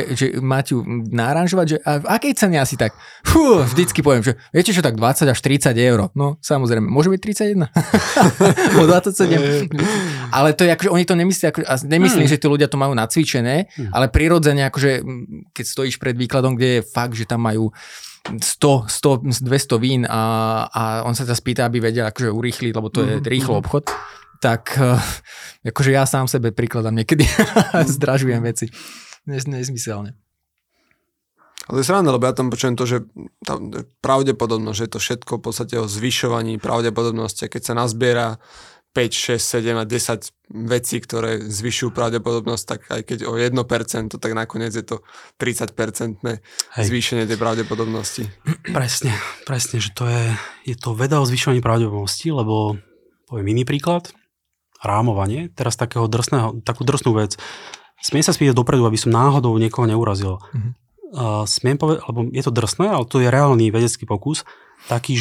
máte ju naranžovať, že a v akej cene asi tak? Vždycky poviem, že viete čo, tak 20 až 30 eur. No, samozrejme, môže byť 31. O 27. Ale to je akože, oni to nemyslia, akože, nemyslím, že tí ľudia to majú nacvičené, ale prirodzene, akože, keď stojíš pred výkladom, kde je fakt, že tam majú 100, 200 vín a on sa ťa spýta, aby vedel akože urýchliť, lebo to je rýchlo obchod. Tak akože ja sám sebe prikladám niekedy zdražujem veci. Nezmyselne. Ale to je sranda, lebo ja tam počujem to, že tam pravdepodobnosť, že je to všetko v podstate o zvyšovaní pravdepodobnosti. Keď sa nazbiera 5, 6, 7 a 10 vecí, ktoré zvyšujú pravdepodobnosť, tak aj keď o 1%, tak nakoniec je to 30% zvýšenie tej pravdepodobnosti. Presne, že to je to veda o zvyšovaní pravdepodobnosti, lebo poviem iný príklad. Rámovanie, teraz takú drsnú vec. Smiem sa spýtať dopredu, aby som náhodou niekoho neurazil. Smiem povedať, lebo je to drsné, ale to je reálny vedecký pokus, taký,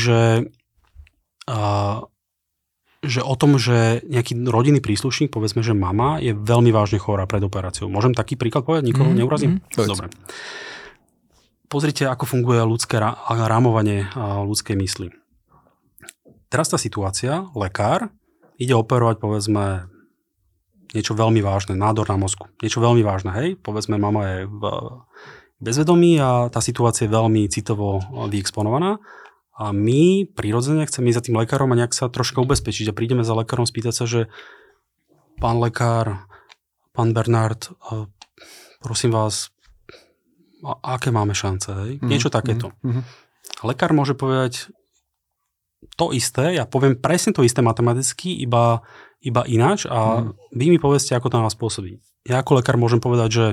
že o tom, že nejaký rodinný príslušník, povedzme, že mama je veľmi vážne chorá pred operáciou. Môžem taký príklad povedať? Nikoho neurazím? Dobre. Pozrite, ako funguje ľudské rámovanie ľudskej mysli. Teraz tá situácia, lekár ide operovať, povedzme, niečo veľmi vážne, nádor na mozgu. Niečo veľmi vážne, hej? Povedzme, mama je v bezvedomí a tá situácia je veľmi citovo vyexponovaná. A my prirodzene chceme ísť za tým lekárom a nejak sa troška ubezpečiť. A prídeme za lekárom spýtať sa, že pán lekár, pán Bernard, prosím vás, aké máme šance, hej? Niečo takéto. Lekár môže povedať to isté, ja poviem presne to isté matematicky, iba ináč a vy mi povedzte, ako to na vás pôsobí. Ja ako lekár môžem povedať, že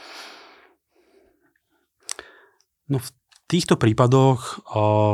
no v týchto prípadoch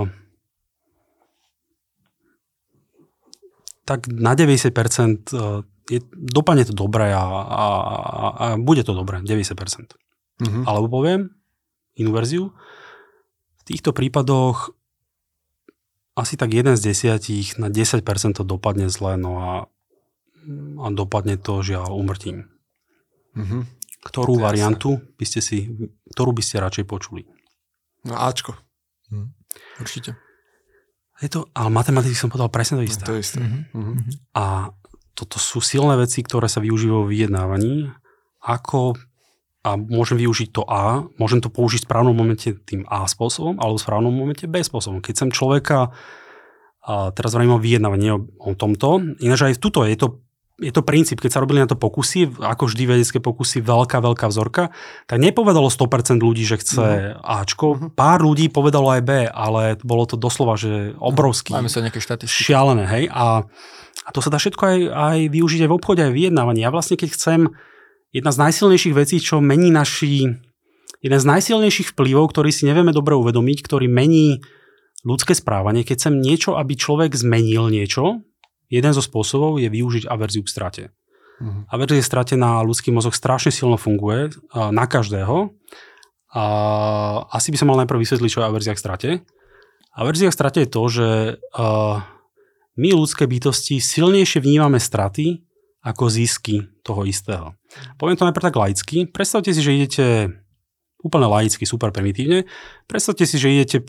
tak na 90% dopadne to dobre a bude to dobre, 90%. Alebo poviem inú verziu, v týchto prípadoch asi tak 1 z 10 na 10% to dopadne zle, no a dopadne to žiaľ úmrtím. Ktorú variantu by ste radšej počuli? No Ačko. Určite. Je to, ale matematicky som povedal presne to isté. To isté. A toto sú silné veci, ktoré sa využívajú v vyjednávaní. A môžem využiť to A, môžem to použiť v správnom momente tým A spôsobom, alebo v správnom momente B spôsobom. Keď som človeka, a teraz vravím o vyjednávaní o tomto, ináč aj tuto je to je to princíp, keď sa robili na to pokusy, ako vždy vedecké pokusy, veľká vzorka, tak nepovedalo 100% ľudí, že chce Ačko. Pár ľudí povedalo aj B, ale bolo to doslova, že obrovský. Máme sa nejaké štatistiky. Šialené, hej. A to sa dá všetko aj využiť aj v obchode, aj v vyjednávaní. Ja vlastne, keď chcem, jedna z najsilnejších vecí, čo mení jeden z najsilnejších vplyvov, ktorý si nevieme dobre uvedomiť, ktorý mení ľudské správanie, keď chcem niečo, aby človek zmenil niečo, jeden zo spôsobov je využiť averziu k strate. Averzia k strate na ľudský mozog strašne silno funguje, na každého. Asi by som mal najprv vysvetliť, čo je averzia k strate. Averzia k strate je to, že my ľudské bytosti silnejšie vnímame straty ako zisky toho istého. Poviem to najprv tak laicky. Predstavte si, že idete úplne laicky, super primitívne. Predstavte si, že idete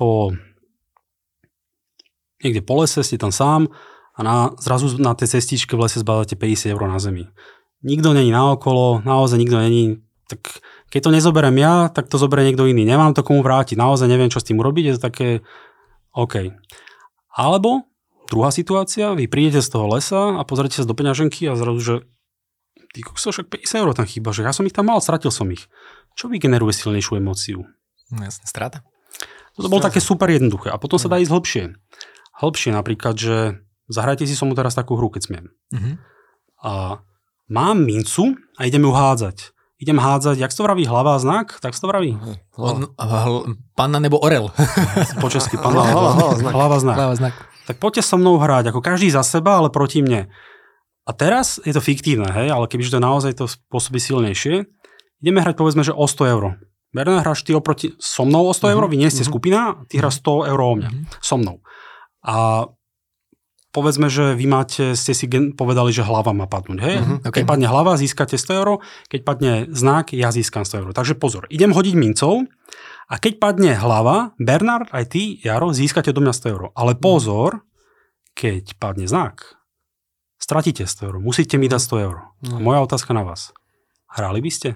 niekde po lese, ste tam sám a zrazu na tej cestičke v lese zbadáte 50 eur na zemi. Nikto není naokolo, naozaj nikto není. Tak keď to nezoberiem ja, tak to zoberie niekto iný. Nemám to komu vrátiť, naozaj neviem, čo s tým urobiť, je to také OK. Alebo druhá situácia, vy prídete z toho lesa a pozrite sa do peňaženky a zrazu, že ty kokso, však 50 eur tam chýba, že ja som ich tam mal, stratil som ich. Čo vygeneruje silnejšiu emóciu? No jasne, strata. To bolo také super jednoduché. A potom sa dá ísť hlbšie. Hlbšie napríklad, že zahrajte si so mnou teraz takú hru, keď smiem. A mám mincu a idem ju hádzať. Idem hádzať, jak to vraví hlava a znak? Tak to vraví? Panna nebo orel. Po česky, panna hlava znak. Tak poďte so mnou hrať, ako každý za seba, ale proti mne. A teraz je to fiktívne, hej, ale kebyže to naozaj to spôsobí silnejšie, ideme hrať povedzme, že o 100 eur. Bernard, hráš ty so mnou o 100 eur, vy nie ste skupina, ty hráš 100 eur o mňa, so mnou. A povedzme, že vy ste si povedali, že hlava má padnúť, hej? Okay. Keď padne hlava, získate 100 eur, keď padne znak, ja získam 100 eur. Takže pozor, idem hodiť mincov a keď padne hlava, Bernard, aj ty, Jaro, získate do mňa 100 eur. Ale pozor, keď padne znak, stratíte 100 eur, musíte mi dať 100 eur. Moja otázka na vás. Hráli by ste?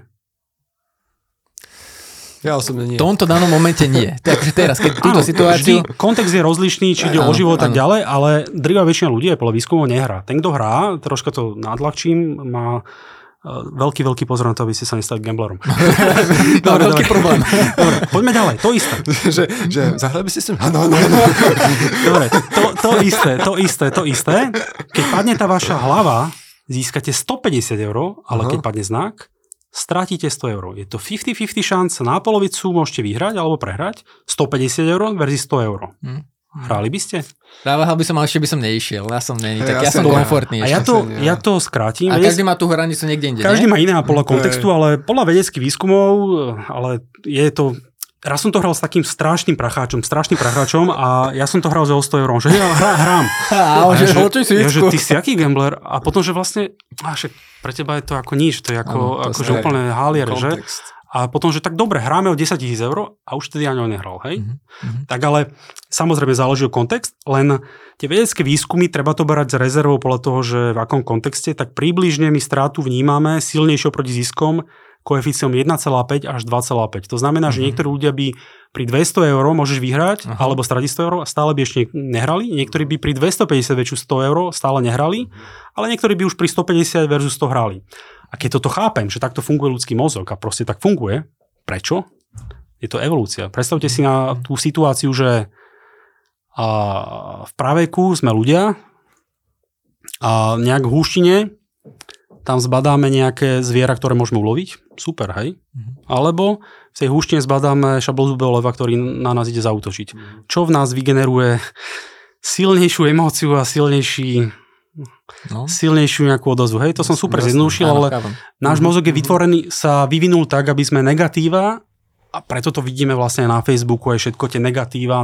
Ja osobne nie. V tomto danom momente nie. Takže teraz, keď túto situáciu... Kontext je rozlišný, či ide o život a tak ďalej, ale drvivá väčšina ľudí aj podľa výskumov nehrá. Ten, kto hrá, troška to nadľahčím, má veľký pozor na to, aby ste sa nestali gamblerom. Veľký problém. Dobre, poďme ďalej. To isté. že zahrali by ste s tým? Dobre, to isté. Keď padne tá vaša hlava, získate 150 eur, ale keď padne znak, strátite 100 eur. Je to 50-50 šanca, na polovicu môžete vyhrať alebo prehrať. 150 eur versus 100 eur. Hráli by ste? Dával by som, ale ešte by som neišiel. Ja som není, tak ja som komfortný. A ja to skrátim. A každý má tú hranicu niekde inde. Každý má iná podľa kontextu, ale podľa vedeckých výskumov, ale je to... Raz som to hral s takým strašným pracháčom a ja som to hral za 100 eur, že ja hrám. Že ty si aký gambler? A potom, že vlastne, však pre teba je to ako nič, to je akože úplne halier, že? A potom, že tak dobre, hráme o 10 000 eur a už tedy ani nehral, hej? Tak ale samozrejme záleží o kontext, len tie vedecké výskumy, treba to brať s rezervou podľa toho, že v akom kontexte, tak približne my strátu vnímame silnejšie proti ziskom koeficiom 1,5 až 2,5. To znamená, že niektorí ľudia by pri 200 eur môžeš vyhrať, alebo stratiť 100 eur a stále by ešte nehrali. Niektorí by pri 250 väčšiu 100 eur stále nehrali, ale niektorí by už pri 150 versus 100 hrali. A keď toto chápem, že takto funguje ľudský mozog a proste tak funguje, prečo? Je to evolúcia. Predstavte si na tú situáciu, že v praveku sme ľudia a nejak v húštine tam zbadáme nejaké zviera, ktoré môžeme uloviť. Super, hej? Alebo v tej húštine zbadáme šablozubého leva, ktorý na nás ide zaútočiť. Čo v nás vygeneruje silnejšiu emóciu a silnejšiu nejakú odozvu. Hej, to som super zjednodušil, ale náš mozog je vytvorený, sa vyvinul tak, aby sme negatíva, a preto to vidíme vlastne na Facebooku aj všetko tie negatíva,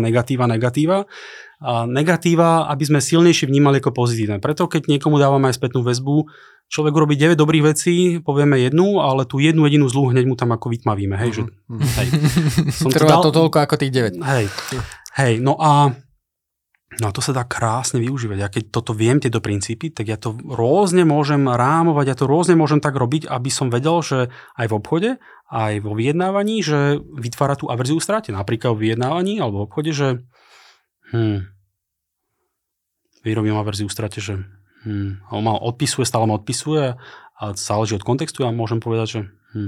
aby sme silnejšie vnímali ako pozitívne. Preto keď niekomu dávame aj spätnú väzbu, človek robí 9 dobrých vecí, povieme jednu, ale tú jednu jedinú zlú hneď mu tam ako vytmavíme. Hej, Trvá to toľko ako tých 9. Hej, no a to sa dá krásne využívať. Ja keď toto viem, tieto princípy, tak ja to rôzne môžem rámovať, ja to rôzne môžem tak robiť, aby som vedel, že aj v obchode, aj vo vyjednávaní, že vytvára tú averziu strate. Napríklad v vyjednávaní alebo v obchode, že vyrobím averziu strate, že On ma odpisuje, stále ma odpisuje a záleží od kontextu a môžem povedať, že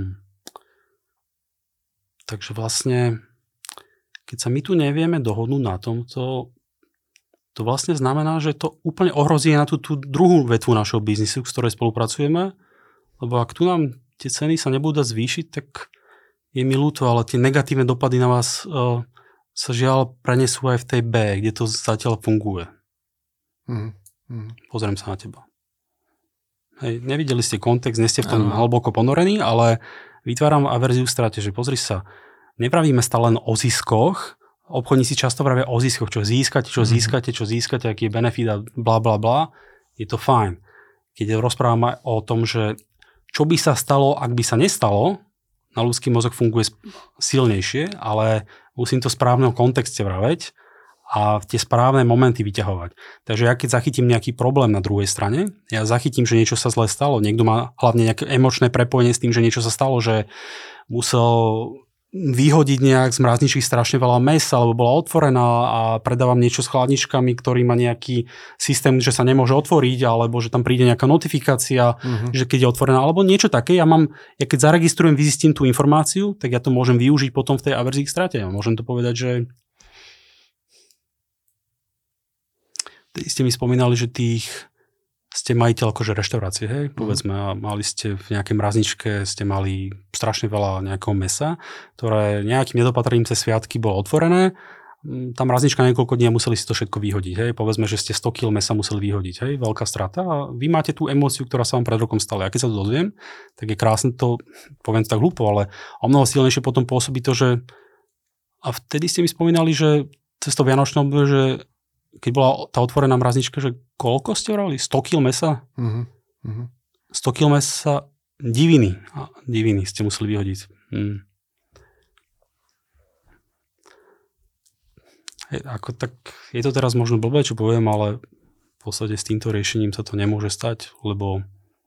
Takže vlastne, keď sa my tu nevieme dohodnúť na tomto, to vlastne znamená, že to úplne ohrozí na tú druhú vetvu našeho biznisu, s ktorej spolupracujeme, lebo ak tu nám tie ceny sa nebudú dať zvýšiť, tak je mi ľúto, ale tie negatívne dopady na vás sa žiaľ prenesú aj v tej B, kde to zatiaľ funguje. Pozriem sa na teba. Hej, nevideli ste kontext, nie ste v tom hlboko ponorení, ale vytváram averziu v strate, že pozri sa, nepravíme stále len o ziskoch, obchodníci často pravia o ziskoch, čo získate, aký je benefit a bla bla bla, je to fajn. Keď rozprávame o tom, že čo by sa stalo, ak by sa nestalo, na ľudský mozog funguje silnejšie, ale musím to v správnom kontexte vraveť a tie správne momenty vyťahovať. Takže ja keď zachytím nejaký problém na druhej strane, ja zachytím, že niečo sa zle stalo, niekto má hlavne nejaké emočné prepojenie s tým, že niečo sa stalo, že musel vyhodiť nejak z mrazničky strašne veľa mäsa, alebo bola otvorená a predávam niečo s chladničkami, ktorý má nejaký systém, že sa nemôže otvoriť, alebo že tam príde nejaká notifikácia, že keď je otvorená, alebo niečo také. Ja keď zaregistrujem, vyzistím tú informáciu, tak ja to môžem využiť potom v tej averzii k strate. Ja môžem to povedať, že ste mi spomínali, že ste majiteľ akože reštaurácie, hej? Povedzme, a mali ste v nejakej mrazničke, ste mali strašne veľa nejakého mesa, ktoré nejakým nedopatrením cez sviatky bolo otvorené. Tá mraznička niekoľko dní museli si to všetko vyhodiť, hej? Povedzme, že ste 100 kg mesa museli vyhodiť, hej? Veľká strata a vy máte tú emóciu, ktorá sa vám pred rokom stala. Ja keď sa to dozviem, tak je krásne to, poviem to tak hlúpo, ale o mnoho silnejšie potom pôsobí to, že a vtedy ste mi spomínali, že cez to vianočné obdobie, že keď bola tá otvorená mraznička, že koľko ste vrali? 100 kg mesa? 100 kg mesa, diviny ste museli vyhodiť. Tak je to teraz možno blbé, čo poviem, ale v podstate s týmto riešením sa to nemôže stať, lebo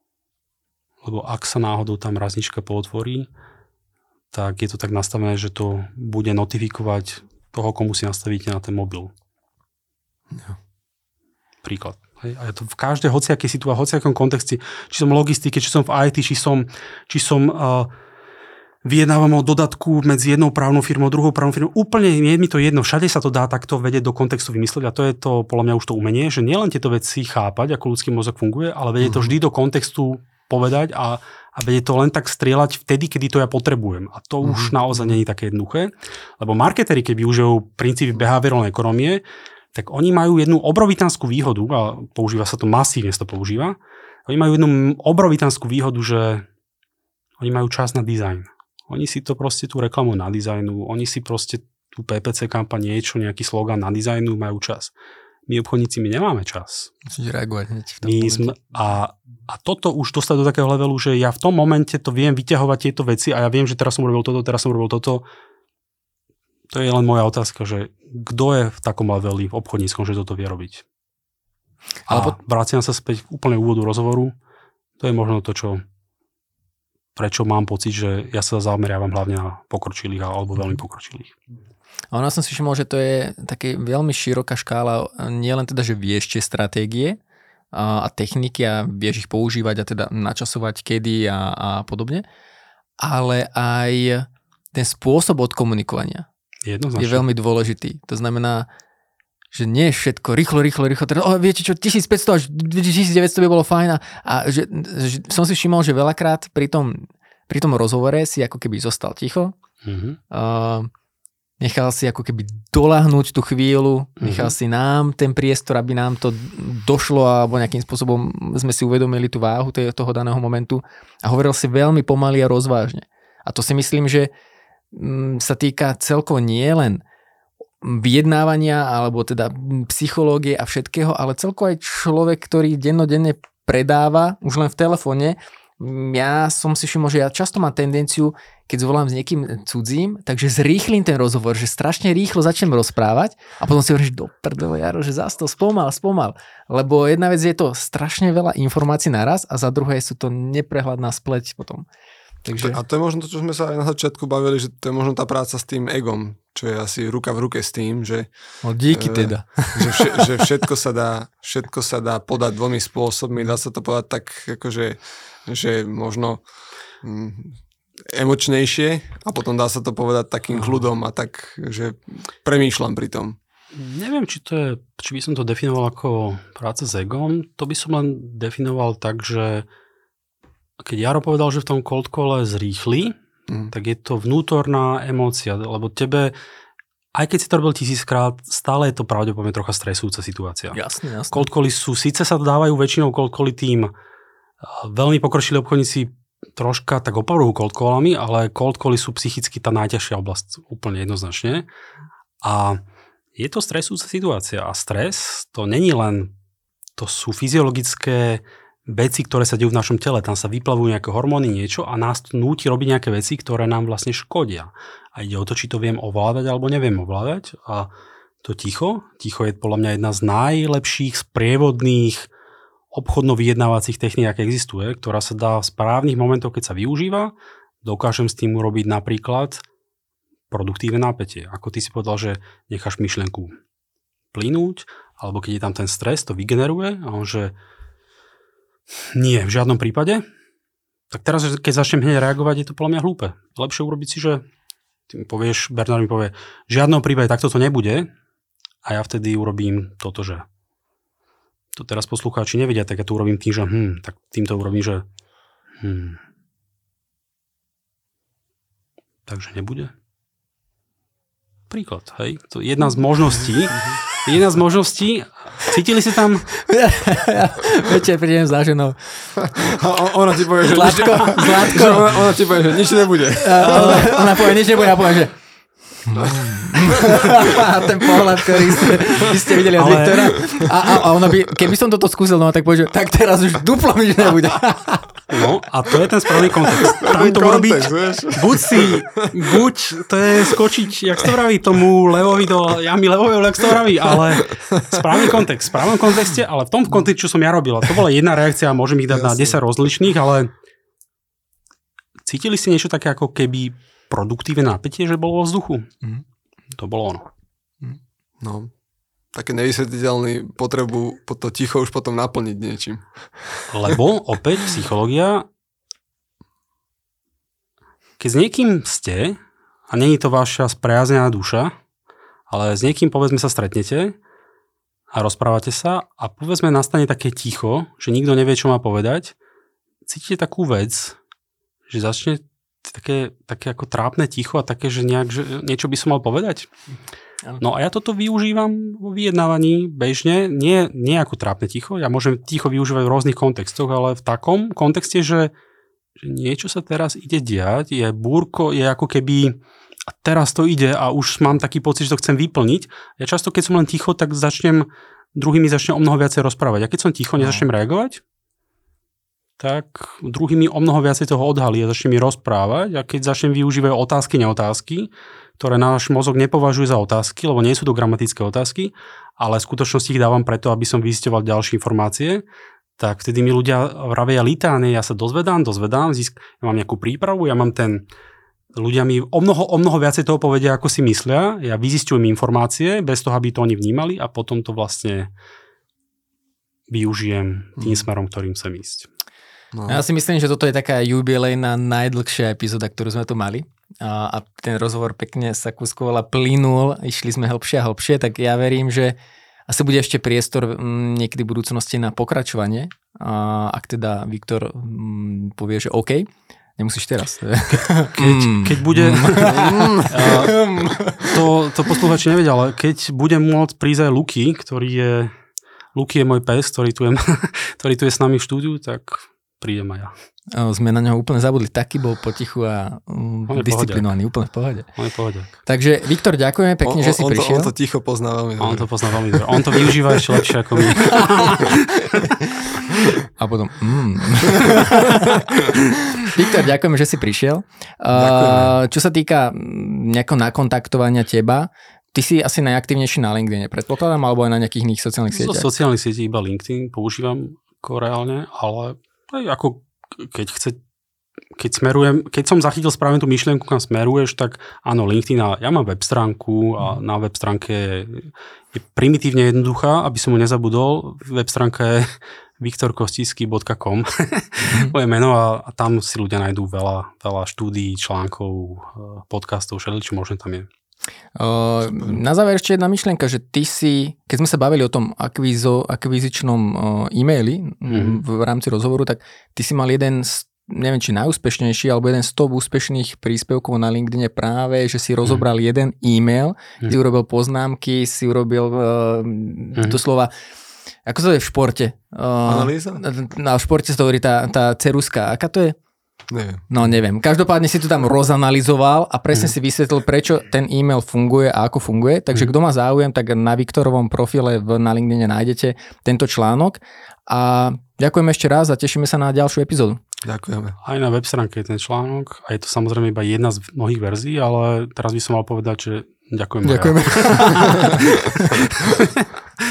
ak sa náhodou tá mraznička pootvorí, tak je to tak nastavené, že to bude notifikovať toho, komu si nastavíte na ten mobil. Ja. Príklad. Hej. A je to v každej hociakej situácii, hociakom kontexte, či som v logistike, či som v IT, či som vyjednávam o dodatku medzi jednou právnou firmou, druhou právnou firmou. Úplne je mi to jedno. Všade sa to dá takto vedieť do kontextu vymyslieť a to je to podľa mňa už to umenie, že nielen tieto veci chápať, ako ľudský mozog funguje, ale vedieť to vždy do kontextu povedať a vedieť to len tak strieľať vtedy, kedy to ja potrebujem. A to už naozaj nie je také jednoduché. Lebo marketeri, keď využijú princípy behaviorálnej ekonomie, tak oni majú jednu obrovitánsku výhodu, a používa sa to masívne, sa to používa, oni majú jednu obrovitánsku výhodu, že oni majú čas na dizajn. Oni si to proste tú reklamu na dizajnu, oni si proste tú PPC kampaň, nejaký slogán na dizajnu majú čas. My obchodníci, my nemáme čas. Musíš reagovať hneď v tom momente. A toto už dostať do takého levelu, že ja v tom momente to viem vyťahovať tieto veci a ja viem, že teraz som urobil toto. To je len moja otázka, že kto je v takom leveli v obchodníckom, že toto vie robiť. A vraciam sa späť k úplne úvodu rozhovoru. To je možno to, prečo mám pocit, že ja sa zameriavam hlavne na pokročilých alebo veľmi pokročilých. A ona som si všimol, že to je také veľmi široká škála, nie len teda, že vieš tie stratégie a techniky a vieš ich používať a teda načasovať kedy a podobne, ale aj ten spôsob odkomunikovania je veľmi dôležitý. To znamená, že nie je všetko rýchlo, teda, viete čo, 1500 až 1900 by bolo fajn a že som si všimol, že veľakrát pri tom rozhovore si ako keby zostal ticho, nechal si ako keby doľahnúť tú chvíľu, nechal si nám ten priestor, aby nám to došlo alebo nejakým spôsobom sme si uvedomili tú váhu toho daného momentu a hovoril si veľmi pomaly a rozvážne. A to si myslím, že sa týka celkovo nie len vyjednávania alebo teda psychológie a všetkého, ale celkovo aj človek, ktorý dennodenne predáva už len v telefóne. Ja som si všimol, že ja často mám tendenciu, keď zvolám s niekým cudzím, takže zrýchlim ten rozhovor, že strašne rýchlo začnem rozprávať a potom si hovorím, že do prdele, Jaro, že zás to spomal. Lebo jedna vec je to strašne veľa informácií naraz a za druhé sú to neprehľadná spleť potom. Takže... A to je možno to, čo sme sa aj na začiatku bavili, že to je možno tá práca s tým egom. čo je asi ruka v ruke s tým, že No díky teda. že všetko sa dá podať dvomi spôsobmi. Dá sa to podať tak, akože, že možno emočnejšie a potom dá sa to povedať takým kľudom a tak, že premýšľam pri tom. Neviem, či by som to definoval ako práca s egom. To by som len definoval tak, že keď Jaro povedal, že v tom cold call zrýchli, tak je to vnútorná emócia, lebo tebe, aj keď si to robil 1000-krát, stále je to pravdepodobne trocha stresujúca situácia. Jasne. Cold cally sú, síce sa dávajú väčšinou cold cally tým veľmi pokročilí obchodníci troška tak opovrhujú cold callami, ale cold cally sú psychicky tá najťažšia oblasť, úplne jednoznačne. A je to stresujúca situácia a stres to není len, to sú fyziologické veci, ktoré sa dejú v našom tele. Tam sa vyplavujú nejaké hormóny, niečo a nás to núti robiť nejaké veci, ktoré nám vlastne škodia. A ide o to, či to viem ovládať alebo neviem ovládať. A to ticho je podľa mňa jedna z najlepších sprievodných obchodno-vyjednávacích techník, aké existuje, ktorá sa dá v správnych momentoch, keď sa využíva, dokážem s tým urobiť napríklad produktívne napätie. Ako ty si povedal, že necháš myšlienku plynúť, alebo keď je tam ten stres, to vygeneruje a on, že nie, v žiadnom prípade. Tak teraz, keď začnem hneď reagovať, je to podľa mňa hlúpe. Lepšie urobiť si, že ty mi povieš, Bernard mi povie, v žiadnom prípade takto to nebude a ja vtedy urobím toto, že to teraz poslucháči nevedia, tak ja to urobím tým, že tak týmto urobím, že takže nebude. Príklad, hej. To je jedna z možností. Cítili si tam? Večer prídem za ženou. Ona ti povie, že Zlatko. Ona ti povie, že nič nebude. Ona povie, nič nebude, a povie, že ten pohľad, ktorý ste videli od Viktora. A ona by, keby som toto skúsil, no tak povie, že tak teraz už duplo nič nebude. No a to je ten správny kontext. Tam to urobiť, buď to je skočiť, jak to vraví, tomu levovi do jamy levového, jak to vraví, ale správny kontext. V správnom kontexte, ale v tom kontexte, čo som ja robil. A to bola jedna reakcia, môžem ich dať na 10 rozličných, ale cítili ste niečo také ako keby produktívne napätie, že bolo vo vzduchu? To bolo ono. No, také nevysvetliteľné potrebu to ticho už potom naplniť niečím. Lebo opäť psychológia, keď s niekým ste, a nie je to vaša spriaznená duša, ale s niekým povedzme sa stretnete a rozprávate sa a povedzme nastane také ticho, že nikto nevie, čo má povedať, cítite takú vec, že začne také ako trápne ticho a také, že niečo by som mal povedať. No a ja toto využívam vo vyjednávaní bežne, nie ako trápne ticho, ja môžem ticho využívať v rôznych kontextoch, ale v takom kontexte, že niečo sa teraz ide diať, je búrko, je ako keby a teraz to ide a už mám taký pocit, že to chcem vyplniť. Ja často, keď som len ticho, tak druhý mi začne o mnoho viacej rozprávať. A keď som ticho, nezačnem reagovať, tak druhý mi o mnoho viacej toho odhalí a začne mi rozprávať a keď začnem využívať otázky, neotázky, ktoré náš mozog nepovažuje za otázky, lebo nie sú to gramatické otázky, ale v skutočnosti ich dávam preto, aby som zisťoval ďalšie informácie, tak vtedy mi ľudia vravia litáne, ja sa dozvedám, ja mám nejakú prípravu, ľudia mi o mnoho viacej toho povedia, ako si myslia, ja vyzisťujem informácie, bez toho, aby to oni vnímali a potom to vlastne využijem tým smerom, ktorým chcem ísť. No. Ja si myslím, že toto je taká jubilejná najdlhšia epizóda, ktorú sme tu mali a ten rozhovor pekne sa kúskoval a plynul, išli sme hlbšie a hlbšie, tak ja verím, že asi bude ešte priestor niekedy v budúcnosti na pokračovanie, ak teda Viktor povie, že OK, nemusíš teraz. Keď bude to posluchači nevedia, ale keď budem môcť prísť aj Luky je môj pes, ktorý tu je s nami v štúdiu, tak prídem aj ja. Sme na neho úplne zabudli. Taký bol potichu a disciplinovaný, úplne v pohode. On je pohode. Takže Viktor, ďakujeme pekne, že si prišiel. On to ticho pozná veľmi dobre. On to pozná veľmi dobre. On to využíva ešte lepšie ako my. A potom Viktor, ďakujeme, že si prišiel. Čo sa týka nejakého nakontaktovania teba, ty si asi najaktívnejší na LinkedIne, predpokladám, alebo aj na nejakých iných sociálnych sieťach? Zo sociálnych sietí iba LinkedIn používam ako reálne, ale aj ako keď keď som zachytil správne tú myšlienku, kam smeruješ, tak áno, LinkedIn, ja mám web stránku a na web stránke je primitívne jednoduchá, aby som mu nezabudol. Web stránka je viktorkostisky.com moje meno a tam si ľudia nájdú veľa štúdií, článkov, podcastov, všeličo možné tam je. Na záver ešte jedna myšlienka, že ty si, keď sme sa bavili o tom akvizičnom e-maili v rámci rozhovoru, tak ty si mal jeden z, neviem či najúspešnejší, alebo jeden z top úspešných príspevkov na LinkedIne práve, že si rozobral jeden e-mail, si urobil poznámky, si urobil doslova, ako to je v športe? Analýza? Na športe sa to hovorí tá ceruska. Aká to je? Neviem. No neviem. Každopádne si to tam rozanalizoval a presne si vysvetlil, prečo ten e-mail funguje a ako funguje. Takže kto má záujem, tak na Viktorovom profile na LinkedIne nájdete tento článok. A ďakujem ešte raz a tešíme sa na ďalšiu epizódu. Ďakujeme. Aj na web stránke je ten článok a je to samozrejme iba jedna z mnohých verzií, ale teraz by som mal povedať, že ďakujem. Ďakujeme.